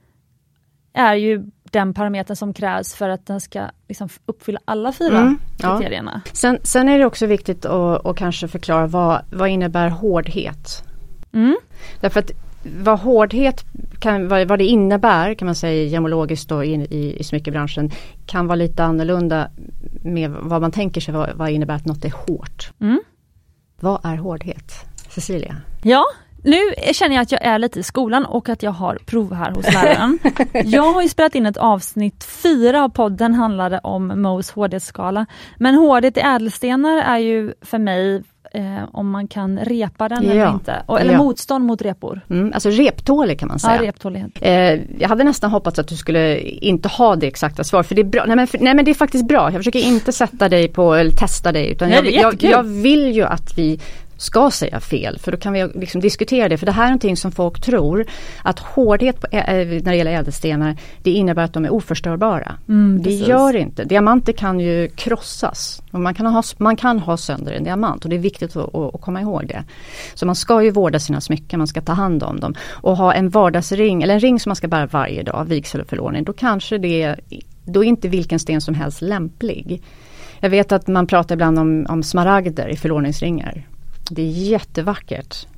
A: är ju den parametern som krävs för att den ska liksom uppfylla alla fyra mm, kriterierna.
C: Ja. Sen, sen är det också viktigt att, att kanske förklara vad, vad innebär hårdhet. Mm. Därför att vad hårdhet kan, vad, vad det innebär, kan man säga gemologiskt då, i, i, i smyckebranschen, kan vara lite annorlunda med vad man tänker sig vad, vad innebär att något är hårt. Mm. Vad är hårdhet? Cecilia?
A: Ja, nu känner jag att jag är lite i skolan och att jag har prov här hos läraren. Jag har ju spelat in ett avsnitt, fyra av podden handlade om Mohs hårdhetsskala. Men hårdhet i ädelstenar är ju för mig eh, om man kan repa den ja. eller inte. Och, eller ja. motstånd mot repor.
C: Mm, alltså reptålig kan man säga.
A: Ja, reptålighet.
C: Eh, jag hade nästan hoppats att du skulle inte ha det exakta svar. För det är bra. Nej men, för, nej men det är faktiskt bra. Jag försöker inte sätta dig på eller testa dig. Utan nej, jag, jag, jag vill ju att vi ska säga fel, för då kan vi liksom diskutera det, för det här är någonting som folk tror att hårdhet på, äh, när det gäller ädelstenar, det innebär att de är oförstörbara. Mm, det gör det inte. Diamanter kan ju krossas och man kan ha, man kan ha sönder en diamant, och det är viktigt att, att, att komma ihåg det. Så man ska ju vårda sina smycken, man ska ta hand om dem och ha en vardagsring eller en ring som man ska bära varje dag, vigsel och förlovning, då kanske det då är inte vilken sten som helst lämplig. Jag vet att man pratar ibland om, om smaragder i förlovningsringar. Det är jättevackert.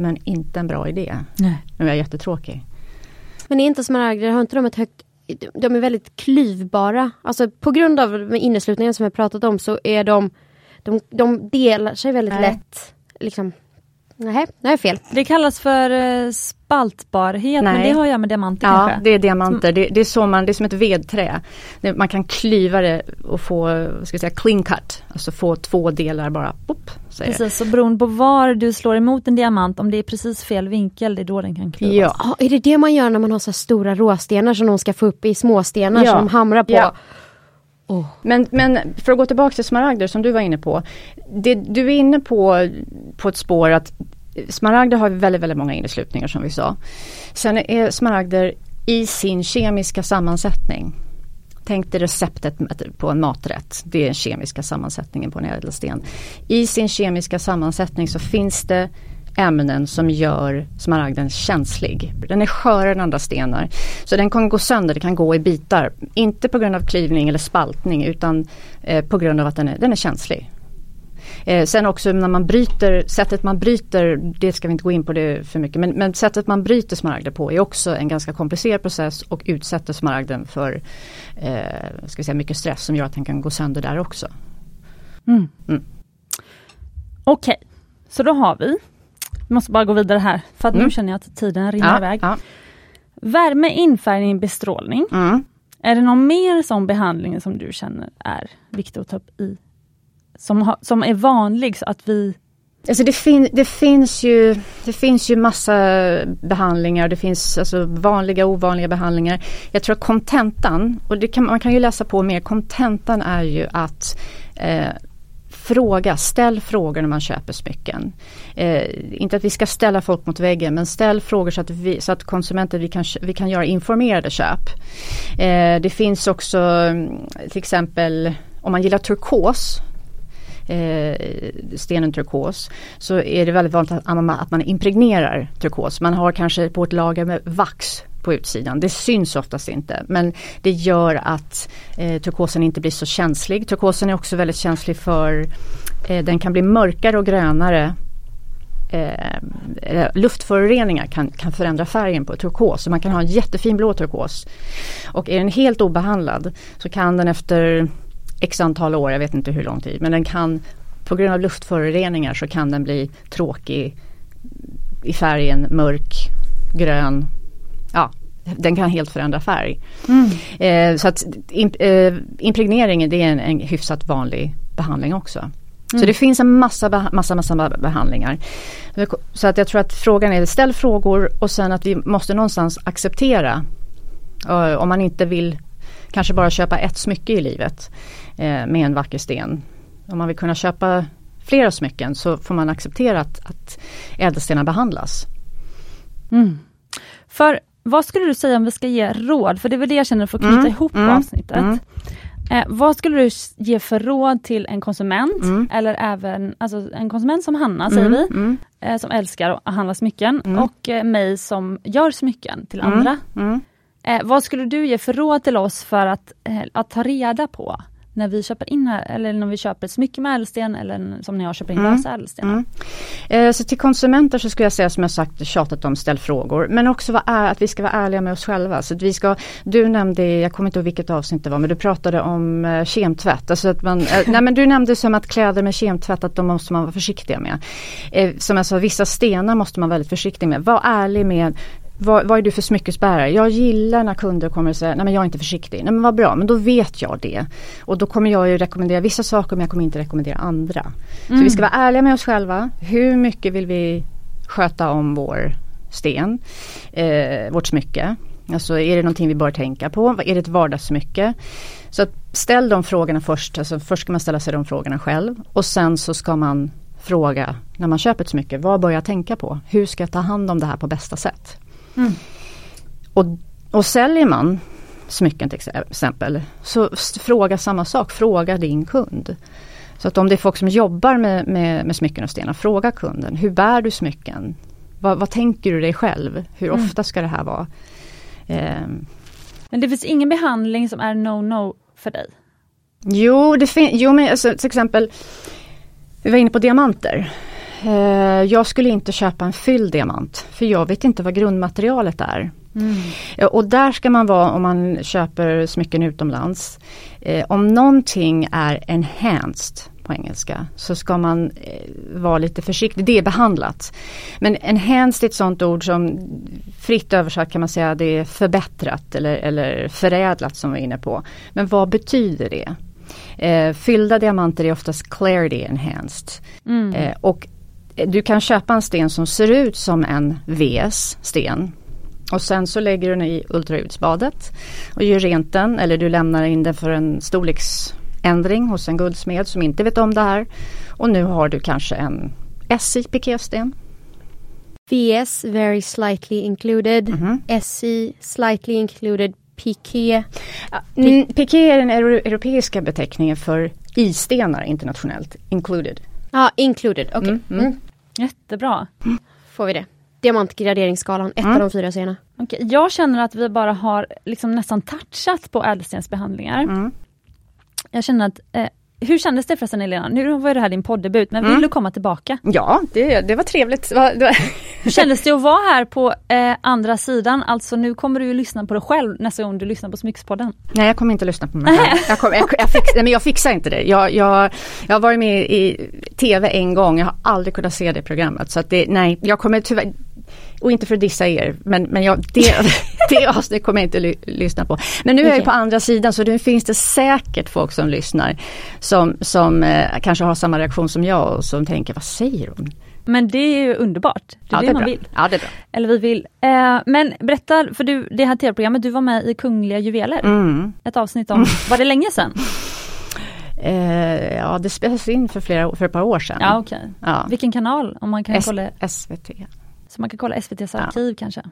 C: men inte en bra idé.
A: Nej.
C: Nu är jag jättetråkig.
B: Men är inte smaragder, har inte de ett högt, de är väldigt klyvbara. Alltså på grund av inneslutningen som jag pratat om så är de, de, de delar sig väldigt
C: Nej.
B: lätt. Liksom, nej, det är fel.
A: Det kallas för eh, spaltbarhet,
C: Nej.
A: men det har jag med diamanter
C: Ja,
A: kanske.
C: det är diamanter. Det, det är så man, det är som ett vedträ. Det, man kan klyva det och få, vad ska jag säga, clean cut. Alltså få två delar bara, upp, säger
A: Precis, så beroende på var du slår emot en diamant, om det är precis fel vinkel, det är då den kan klyvas.
C: Ja.
B: Ja, är det det man gör när man har så här stora råstenar som de ska få upp i småstenar
C: Ja.
B: som de hamrar på?
C: Ja.
B: Oh.
C: Men, men för att gå tillbaka till smaragder som du var inne på. Det, du är inne på, på ett spår att smaragder har väldigt, väldigt många inneslutningar som vi sa. Sen är smaragder i sin kemiska sammansättning. Tänk dig receptet på en maträtt. Det är den kemiska sammansättningen på en ädelsten. I sin kemiska sammansättning så finns det ämnen som gör smaragden känslig. Den är skörare än andra stenar. Så den kan gå sönder, det kan gå i bitar. Inte på grund av klyvning eller spaltning utan eh, på grund av att den är, den är känslig. Eh, sen också när man bryter, sättet man bryter, det ska vi inte gå in på det för mycket, men, men sättet man bryter smaragder på är också en ganska komplicerad process och utsätter smaragden för eh, ska vi säga, mycket stress som gör att den kan gå sönder där också.
A: Mm.
C: Mm.
A: Okej, så då har vi. Vi måste bara gå vidare här, för att
C: Mm.
A: nu känner jag att tiden rinner
C: Ja,
A: iväg.
C: ja.
A: Värme, infärgning, bestrålning.
C: Mm.
A: Är det någon mer sån behandling som du känner är viktig att ta upp i? Som, ha, som är vanlig så att vi...
C: Alltså det, fin- det, finns ju, det finns ju massa behandlingar. Det finns alltså vanliga och ovanliga behandlingar. Jag tror att kontentan, och det kan, man kan ju läsa på mer, kontentan är ju att eh, fråga, ställ frågor när man köper smycken. Eh, inte att vi ska ställa folk mot väggen, men ställ frågor så att, vi, så att konsumenter vi kan, vi kan göra informerade köp. Eh, det finns också till exempel om man gillar turkos, Eh, stenen turkos, så är det väldigt vanligt att, att man impregnerar turkos. Man har kanske på ett lager med vax på utsidan. Det syns oftast inte, men det gör att eh, turkosen inte blir så känslig. Turkosen är också väldigt känslig för, eh, den kan bli mörkare och grönare. Eh, luftföroreningar kan, kan förändra färgen på turkos. Så man kan ha en jättefin blå turkos. Och är den helt obehandlad så kan den efter x antal år, jag vet inte hur lång tid, men den kan på grund av luftföroreningar så kan den bli tråkig i färgen, mörk, grön. Ja, den kan helt förändra färg. Mm. Eh, så att in, eh, impregnering, det är en, en hyfsat vanlig behandling också. Mm. Så det finns en massa, massa, massa behandlingar. Så att jag tror att frågan är, ställ frågor och sen att vi måste någonstans acceptera uh, om man inte vill kanske bara köpa ett smycke i livet eh, med en vacker sten. Om man vill kunna köpa flera smycken så får man acceptera att, att ädelstenar behandlas.
A: Mm. För vad skulle du säga om vi ska ge råd? För det är väl det jag känner för att knyta
C: mm.
A: ihop
C: mm.
A: avsnittet.
C: Mm.
A: Eh, vad skulle du ge för råd till en konsument
C: Mm.
A: eller även alltså en konsument som Hanna säger
C: mm.
A: vi,
C: Mm.
A: eh, som älskar att handla smycken
C: Mm.
A: och eh, mig som gör smycken till
C: Mm.
A: andra.
C: Mm.
A: Eh, vad skulle du ge för råd till oss för att, eh, att ta reda på när vi köper in här, eller när vi köper ett smycke med ädelsten eller en, som när jag köper in
C: Mm.
A: lösa ädelstenar?
C: Mm. Eh, så till konsumenter så skulle jag säga, som jag sagt, tjatat om, ställ frågor. Men också vad är, att vi ska vara ärliga med oss själva. Så att vi ska, du nämnde, jag kommer inte ihåg vilket avsnitt det var, men du pratade om eh, kemtvätt. Alltså att man, eh, nej men du nämnde som att kläder med kemtvätt, att de måste man vara försiktiga med. Eh, som jag sa, vissa stenar måste man vara väldigt försiktig med. Var ärlig med Vad, vad är du för smyckesbärare? Jag gillar när kunder kommer och säger, nej men jag är inte försiktig. Nej men vad bra, men då vet jag det. Och då kommer jag ju rekommendera vissa saker, men jag kommer inte rekommendera andra. Mm. Så vi ska vara ärliga med oss själva. Hur mycket vill vi sköta om vår sten? Eh, vårt smycke? Alltså är det någonting vi bör tänka på? Är det ett vardagssmycke? Så att ställ de frågorna först. Alltså först ska man ställa sig de frågorna själv. Och sen så ska man fråga, när man köper ett smycke, vad bör jag tänka på? Hur ska jag ta hand om det här på bästa sätt? Mm. Och, och säljer man smycken till exempel, så fråga samma sak, fråga din kund. Så att om det är folk som jobbar med, med, med smycken och stenar, fråga kunden, hur bär du smycken? Vad, vad tänker du dig själv? Hur mm. ofta ska det här vara? Eh.
A: Men det finns ingen behandling som är no-no för dig?
C: Jo, det fin- jo men alltså, till exempel, vi var inne på diamanter. Eh, jag skulle inte köpa en fylld diamant. För jag vet inte vad grundmaterialet är. Mm. Eh, och där ska man vara om man köper smycken utomlands. Eh, om någonting är enhanced på engelska så ska man eh, vara lite försiktig. Det är behandlat. Men enhanced är ett sånt ord som fritt översatt kan man säga det är förbättrat eller, eller förädlat som vi är inne på. Men vad betyder det? Eh, fyllda diamanter är oftast clarity enhanced. Mm. Eh, och du kan köpa en sten som ser ut som en V S-sten. Och sen så lägger du den i ultraljudsbadet och gör rent den. Eller du lämnar in den för en storleksändring hos en guldsmed som inte vet om det här. Och nu har du kanske en S I-pikésten.
B: V S, very slightly included. Mm-hmm. S I, slightly included. Piké.
C: Mm, piké är den euro- europeiska beteckningen för istenar internationellt. Included.
B: Ja, ah, included. Okej. Okay. Mm, mm.
A: mm. Jättebra.
B: Mm. Får vi det. Diamantgraderingsskalan, ett mm. av de fyra scenerna.
A: Okay. Jag känner att vi bara har liksom nästan touchat på ädelstensbehandlingar. Mm. Jag känner att... Eh, hur kändes det förresten, Elena? Nu var det här din poddebut, men mm. vill du komma tillbaka?
C: Ja, det, det var trevligt.
A: Hur kändes det att vara här på eh, andra sidan? Alltså nu kommer du ju lyssna på dig själv nästa gång du lyssnar på Smyckspodden.
C: Nej, jag kommer inte lyssna på mig själv. jag, kommer, jag, jag, fix, nej, men jag fixar inte det. Jag, jag, jag har varit med i tv en gång. Jag har aldrig kunnat se det programmet. Så att det, nej, jag kommer tyvärr... Och inte för att dissa er, men, men jag, det, det avsnitt kommer jag inte ly, lyssna på. Men nu är okay. jag på andra sidan, så nu finns det säkert folk som lyssnar som, som eh, kanske har samma reaktion som jag och som tänker, vad säger hon?
A: Men det är ju underbart. Det är
C: ja,
A: det,
C: det är
A: man
C: bra.
A: vill.
C: Ja, det är bra.
A: Eller vi vill. Eh, men berätta, för du, det här tv-programmet, du var med i Kungliga Juveler. Mm. Ett avsnitt om, var det länge sedan?
C: Eh, ja, det spelades in för, flera, för ett par år sedan.
A: Ja, okej. Okay. Ja. Vilken kanal? Om man kan
C: S-
A: kolla...
C: S V T.
A: Så man kan kolla S V T:s arkiv ja. kanske.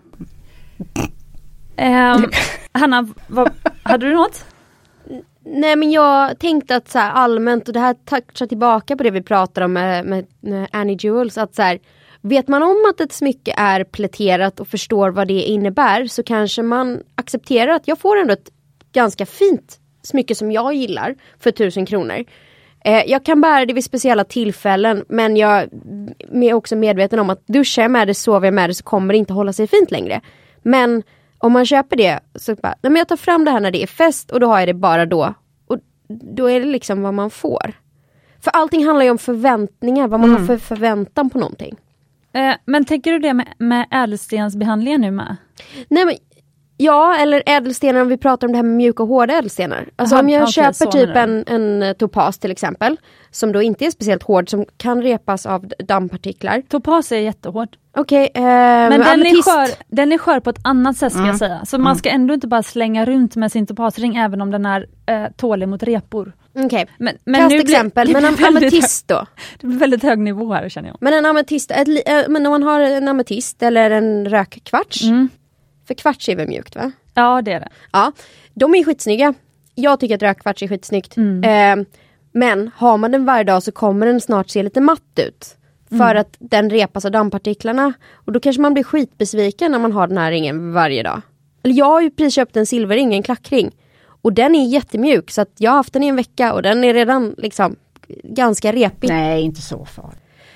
A: Um, Hanna, vad, hade du något?
B: Nej, men jag tänkte att så här, allmänt, och det här touchar tillbaka på det vi pratar om med, med, med Annie Jewels, att så här, vet man om att ett smycke är pläterat och förstår vad det innebär, så kanske man accepterar att jag får ändå ett ganska fint smycke som jag gillar för tusen kronor. Eh, jag kan bära det vid speciella tillfällen, men jag är också medveten om att duschar jag med det, sover jag med det, så kommer det inte hålla sig fint längre. Men om man köper det så bara, nej, men jag tar fram det här när det är fest och då har jag det bara då. Och då är det liksom vad man får. För allting handlar ju om förväntningar, vad man mm. har för förväntan på någonting.
A: Eh, men tänker du det med, med ädelstensbehandlingen nu med?
B: Nej, men ja, eller ädelstenar, om vi pratar om det här med mjuka och hårda ädelstenar. Alltså Aha, om jag okay, köper typ en, en topas till exempel, som då inte är speciellt hård, som kan repas av dammpartiklar.
A: Topas är jättehård.
B: Okej. Okay, eh,
A: men den är, skör, den är skör på ett annat sätt ska mm. jag säga. Så mm. man ska ändå inte bara slänga runt med sin topasring, även om den är eh, tålig mot repor.
B: Okej, okay.
A: men, men
B: Kast nu exempel, blir, men en ametist då?
A: Det blir väldigt hög nivå här, känner jag.
B: Men en ametist, ett, äh, men om man har en ametist eller en rökkvarts, mm. för kvarts är väl mjukt, va?
A: Ja, det är det.
B: Ja, de är skitsnygga. Jag tycker att rökkvarts är skitsnyggt. Mm. Eh, men har man den varje dag så kommer den snart se lite matt ut. För mm. att den repas av dammpartiklarna. Och då kanske man blir skitbesviken när man har den här ringen varje dag. Eller jag har ju precis köpt en silverring, en klackring. Och den är jättemjuk, så att jag har haft den i en vecka och den är redan liksom ganska repig.
C: Nej, inte så farligt.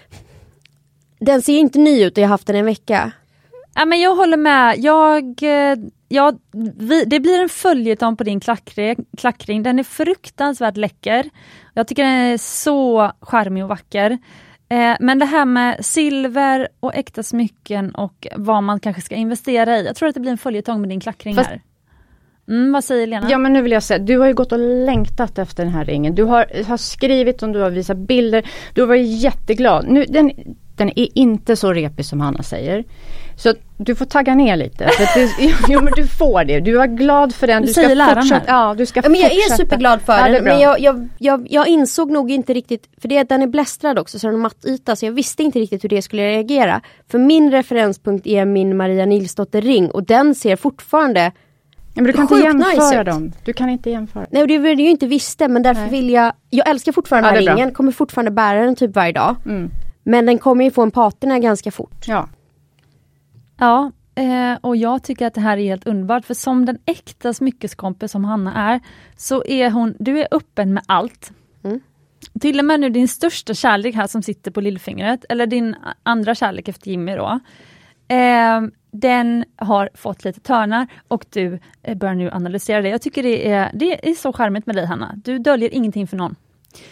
B: Den ser inte ny ut och jag har haft den i en vecka.
A: Ja, men jag håller med. Jag, jag, vi, det blir en följetong på din klackring, klackring. Den är fruktansvärt läcker. Jag tycker den är så charmig och vacker. Eh, men det här med silver och äkta smycken och vad man kanske ska investera i. Jag tror att det blir en följetong med din klackring Fast... här. Mm, vad säger Lena?
C: Ja, men nu vill jag säga, du har ju gått och längtat efter den här ringen. Du har, har skrivit och du har visat bilder. Du har varit jätteglad. Nu, den, den är inte så repig som Hanna säger. Så du får tagga ner lite. För att du, jo, men du får det. Du är glad för den. Du, du ska fortsätta. Ja, du ska
B: ja, men jag är superglad för ja, den. Men jag, jag, jag, jag insåg nog inte riktigt. För det, den är blästrad också. Så den är matt yta. Så jag visste inte riktigt hur det skulle reagera. För min referenspunkt är min Maria Nilsdotter ring. Och den ser fortfarande...
C: Ja, men du kan inte jämföra nice dem. Du kan inte jämföra.
B: Nej, det är det ju inte visste. Men därför Nej. vill jag... Jag älskar fortfarande ja, den här ringen. Bra. Kommer fortfarande bära den typ varje dag. Mm. Men den kommer ju få en patina ganska fort.
C: Ja.
A: Ja, eh, och jag tycker att det här är helt underbart. För som den äkta smyckeskompis som Hanna är, så är hon, du är öppen med allt. Mm. till och med nu din största kärlek här som sitter på lillfingret, eller din andra kärlek efter Jimmy då, eh, den har fått lite törnar och du eh, börjar nu analysera det. Jag tycker det är, det är så charmigt med dig, Hanna. Du döljer ingenting för någon.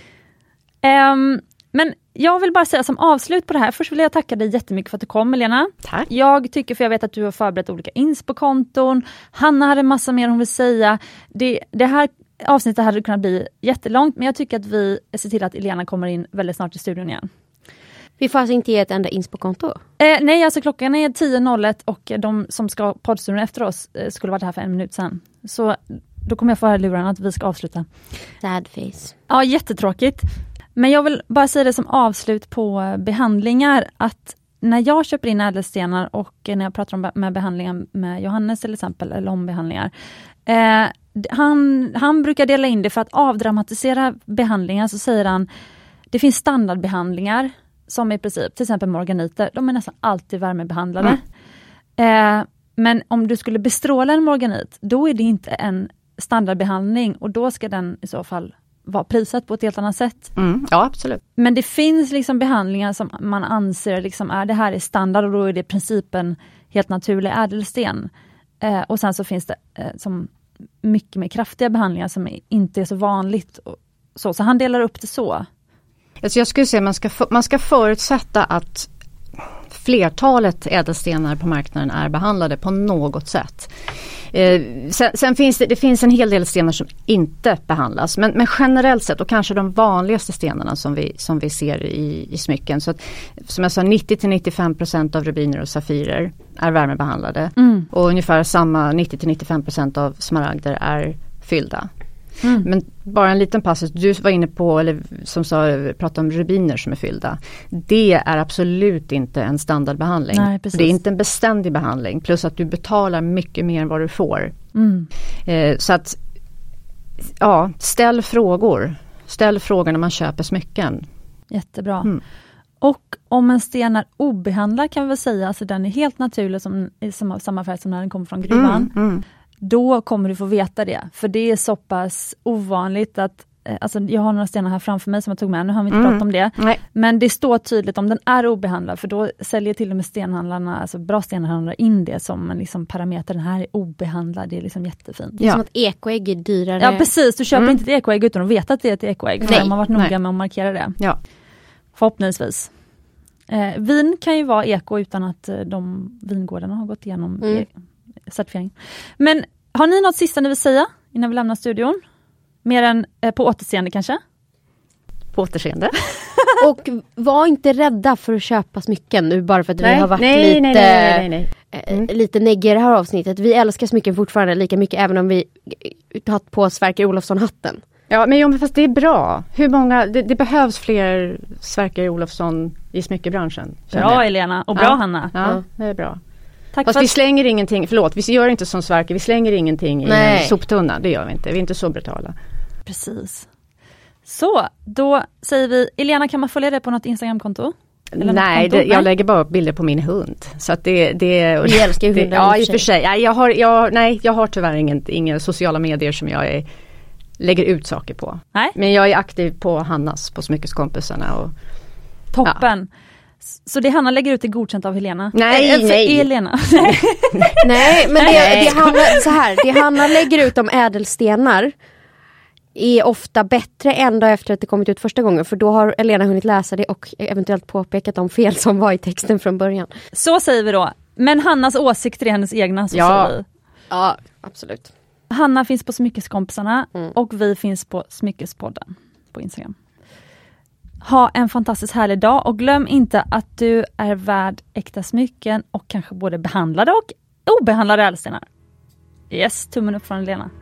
A: Eh, men jag vill bara säga som avslut på det här. Först vill jag tacka dig jättemycket för att du kom, Helena.
C: Tack.
A: Jag tycker, för jag vet att du har förberett olika inspo-konton. Hanna hade en massa mer hon vill säga. Det, det här avsnittet hade kunnat bli jättelångt, men jag tycker att vi ser till att Helena kommer in väldigt snart i studion igen.
B: Vi får alltså inte ge ett enda inspo-konto?
A: Eh, nej, alltså klockan är tio noll ett och de som ska poddstudion efter oss eh, skulle varit här för en minut sedan. Så då kommer jag få höra luren att vi ska avsluta.
B: Sad face.
A: Ja, jättetråkigt. Men jag vill bara säga det som avslut på behandlingar, att när jag köper in ädelstenar och när jag pratar om med behandlingar med Johannes till exempel, eller ombehandlingar, eh, han, han brukar dela in det för att avdramatisera behandlingar. Så säger han, det finns standardbehandlingar som i princip, till exempel morganiter, de är nästan alltid värmebehandlade. Mm. Eh, men om du skulle bestråla en morganit, då är det inte en standardbehandling och då ska den i så fall vara prissatt på ett helt annat sätt.
C: Mm, ja, absolut.
A: Men det finns liksom behandlingar som man anser liksom är det här är standard och då är det principen helt naturlig ädelsten. Eh, och sen så finns det eh, som mycket mer kraftiga behandlingar som inte är så vanligt. Och så, så han delar upp det så.
C: Alltså jag skulle säga att man ska, man ska förutsätta att flertalet ädelstenar på marknaden är behandlade på något sätt. Eh, sen, sen finns det, det finns en hel del stenar som inte behandlas, men, men generellt sett och kanske de vanligaste stenarna som vi, som vi ser i, i smycken. Så att, som jag sa, nittio till nittiofem procent av rubiner och safirer är värmebehandlade mm. och ungefär samma nittio till nittiofem procent av smaragder är fyllda. Mm. Men bara en liten passus, du var inne på, eller som sa, pratade om rubiner som är fyllda. Det är absolut inte en standardbehandling.
A: Nej,
C: det är inte en beständig behandling, plus att du betalar mycket mer än vad du får. Mm. Eh, så att, ja, ställ frågor. Ställ frågor när man köper smycken.
A: Jättebra. Mm. Och om en sten är obehandlad kan vi väl säga, alltså den är helt naturlig som, som samma färg som när den kommer från gruvan. Mm, mm. Då kommer du få veta det. För det är så pass ovanligt att, alltså jag har några stenar här framför mig som jag tog med, nu har vi inte mm. pratat om det. Nej. Men det står tydligt om den är obehandlad, för då säljer till och med stenhandlarna, alltså bra stenhandlare in det som en liksom parameter, den här är obehandlad, det är liksom jättefint.
B: Det är ja. som att ekoägg är dyrare.
A: Ja precis, du köper mm. inte ett ekoägg utan att veta att det är ett ekoägg. För de har varit noga Nej. med att markera det.
C: Ja.
A: Förhoppningsvis. Eh, vin kan ju vara eko utan att de vingårdarna har gått igenom mm. e- certifiering. Men har ni något sista ni vill säga innan vi lämnar studion? Mer än eh, på återseende kanske?
C: På återseende.
B: Och var inte rädda för att köpa smycken nu bara för att nej, vi har varit
C: nej,
B: lite,
C: nej, nej, nej, nej.
B: Mm. lite negger i det här avsnittet. Vi älskar smycken fortfarande lika mycket även om vi tagit på Sverker Olofsson-hatten.
C: Ja, men jo, fast det är bra. Hur många, det, det behövs fler Sverker Olofsson i smyckebranschen.
A: Bra Elena och bra
C: ja.
A: Hanna.
C: Ja, ja, det är bra.
A: Tack.
C: Fast
A: för
C: vi slänger ingenting, förlåt, vi gör inte som Sverker, vi slänger ingenting Nej. i en soptunna, det gör vi inte, vi är inte så brutala.
A: Precis. Så, då säger vi, Elena, kan man följa dig på något Instagramkonto?
C: Eller Nej, det, jag lägger bara upp bilder på min hund. Så att det, det,
B: vi älskar ju hundar.
C: Ja, i och för sig. Ja, jag har, jag, nej, jag har tyvärr ingen, inga sociala medier som jag är, lägger ut saker på.
A: Nej.
C: Men jag är aktiv på Hannas, på Smyckeskompisarna. Och,
A: toppen. Ja. Så det Hanna lägger ut är godkänt av Helena?
C: Nej,
A: äh,
C: nej.
A: Elena.
B: nej, men det, det, Hanna, så här, det Hanna lägger ut om ädelstenar är ofta bättre en dag efter att det kommit ut första gången. För då har Elena hunnit läsa det och eventuellt påpekat de fel som var i texten från början.
A: Så säger vi då. Men Hannas åsikter är hennes egna, så
B: ja.
A: säger vi.
B: Ja, absolut.
A: Hanna finns på Smyckeskompisarna
B: mm.
A: och vi finns på Smyckespodden på Instagram. Ha en fantastiskt härlig dag och glöm inte att du är värd äkta smycken och kanske både behandlade och obehandlade ädelstenar. Yes, tummen upp från Lena.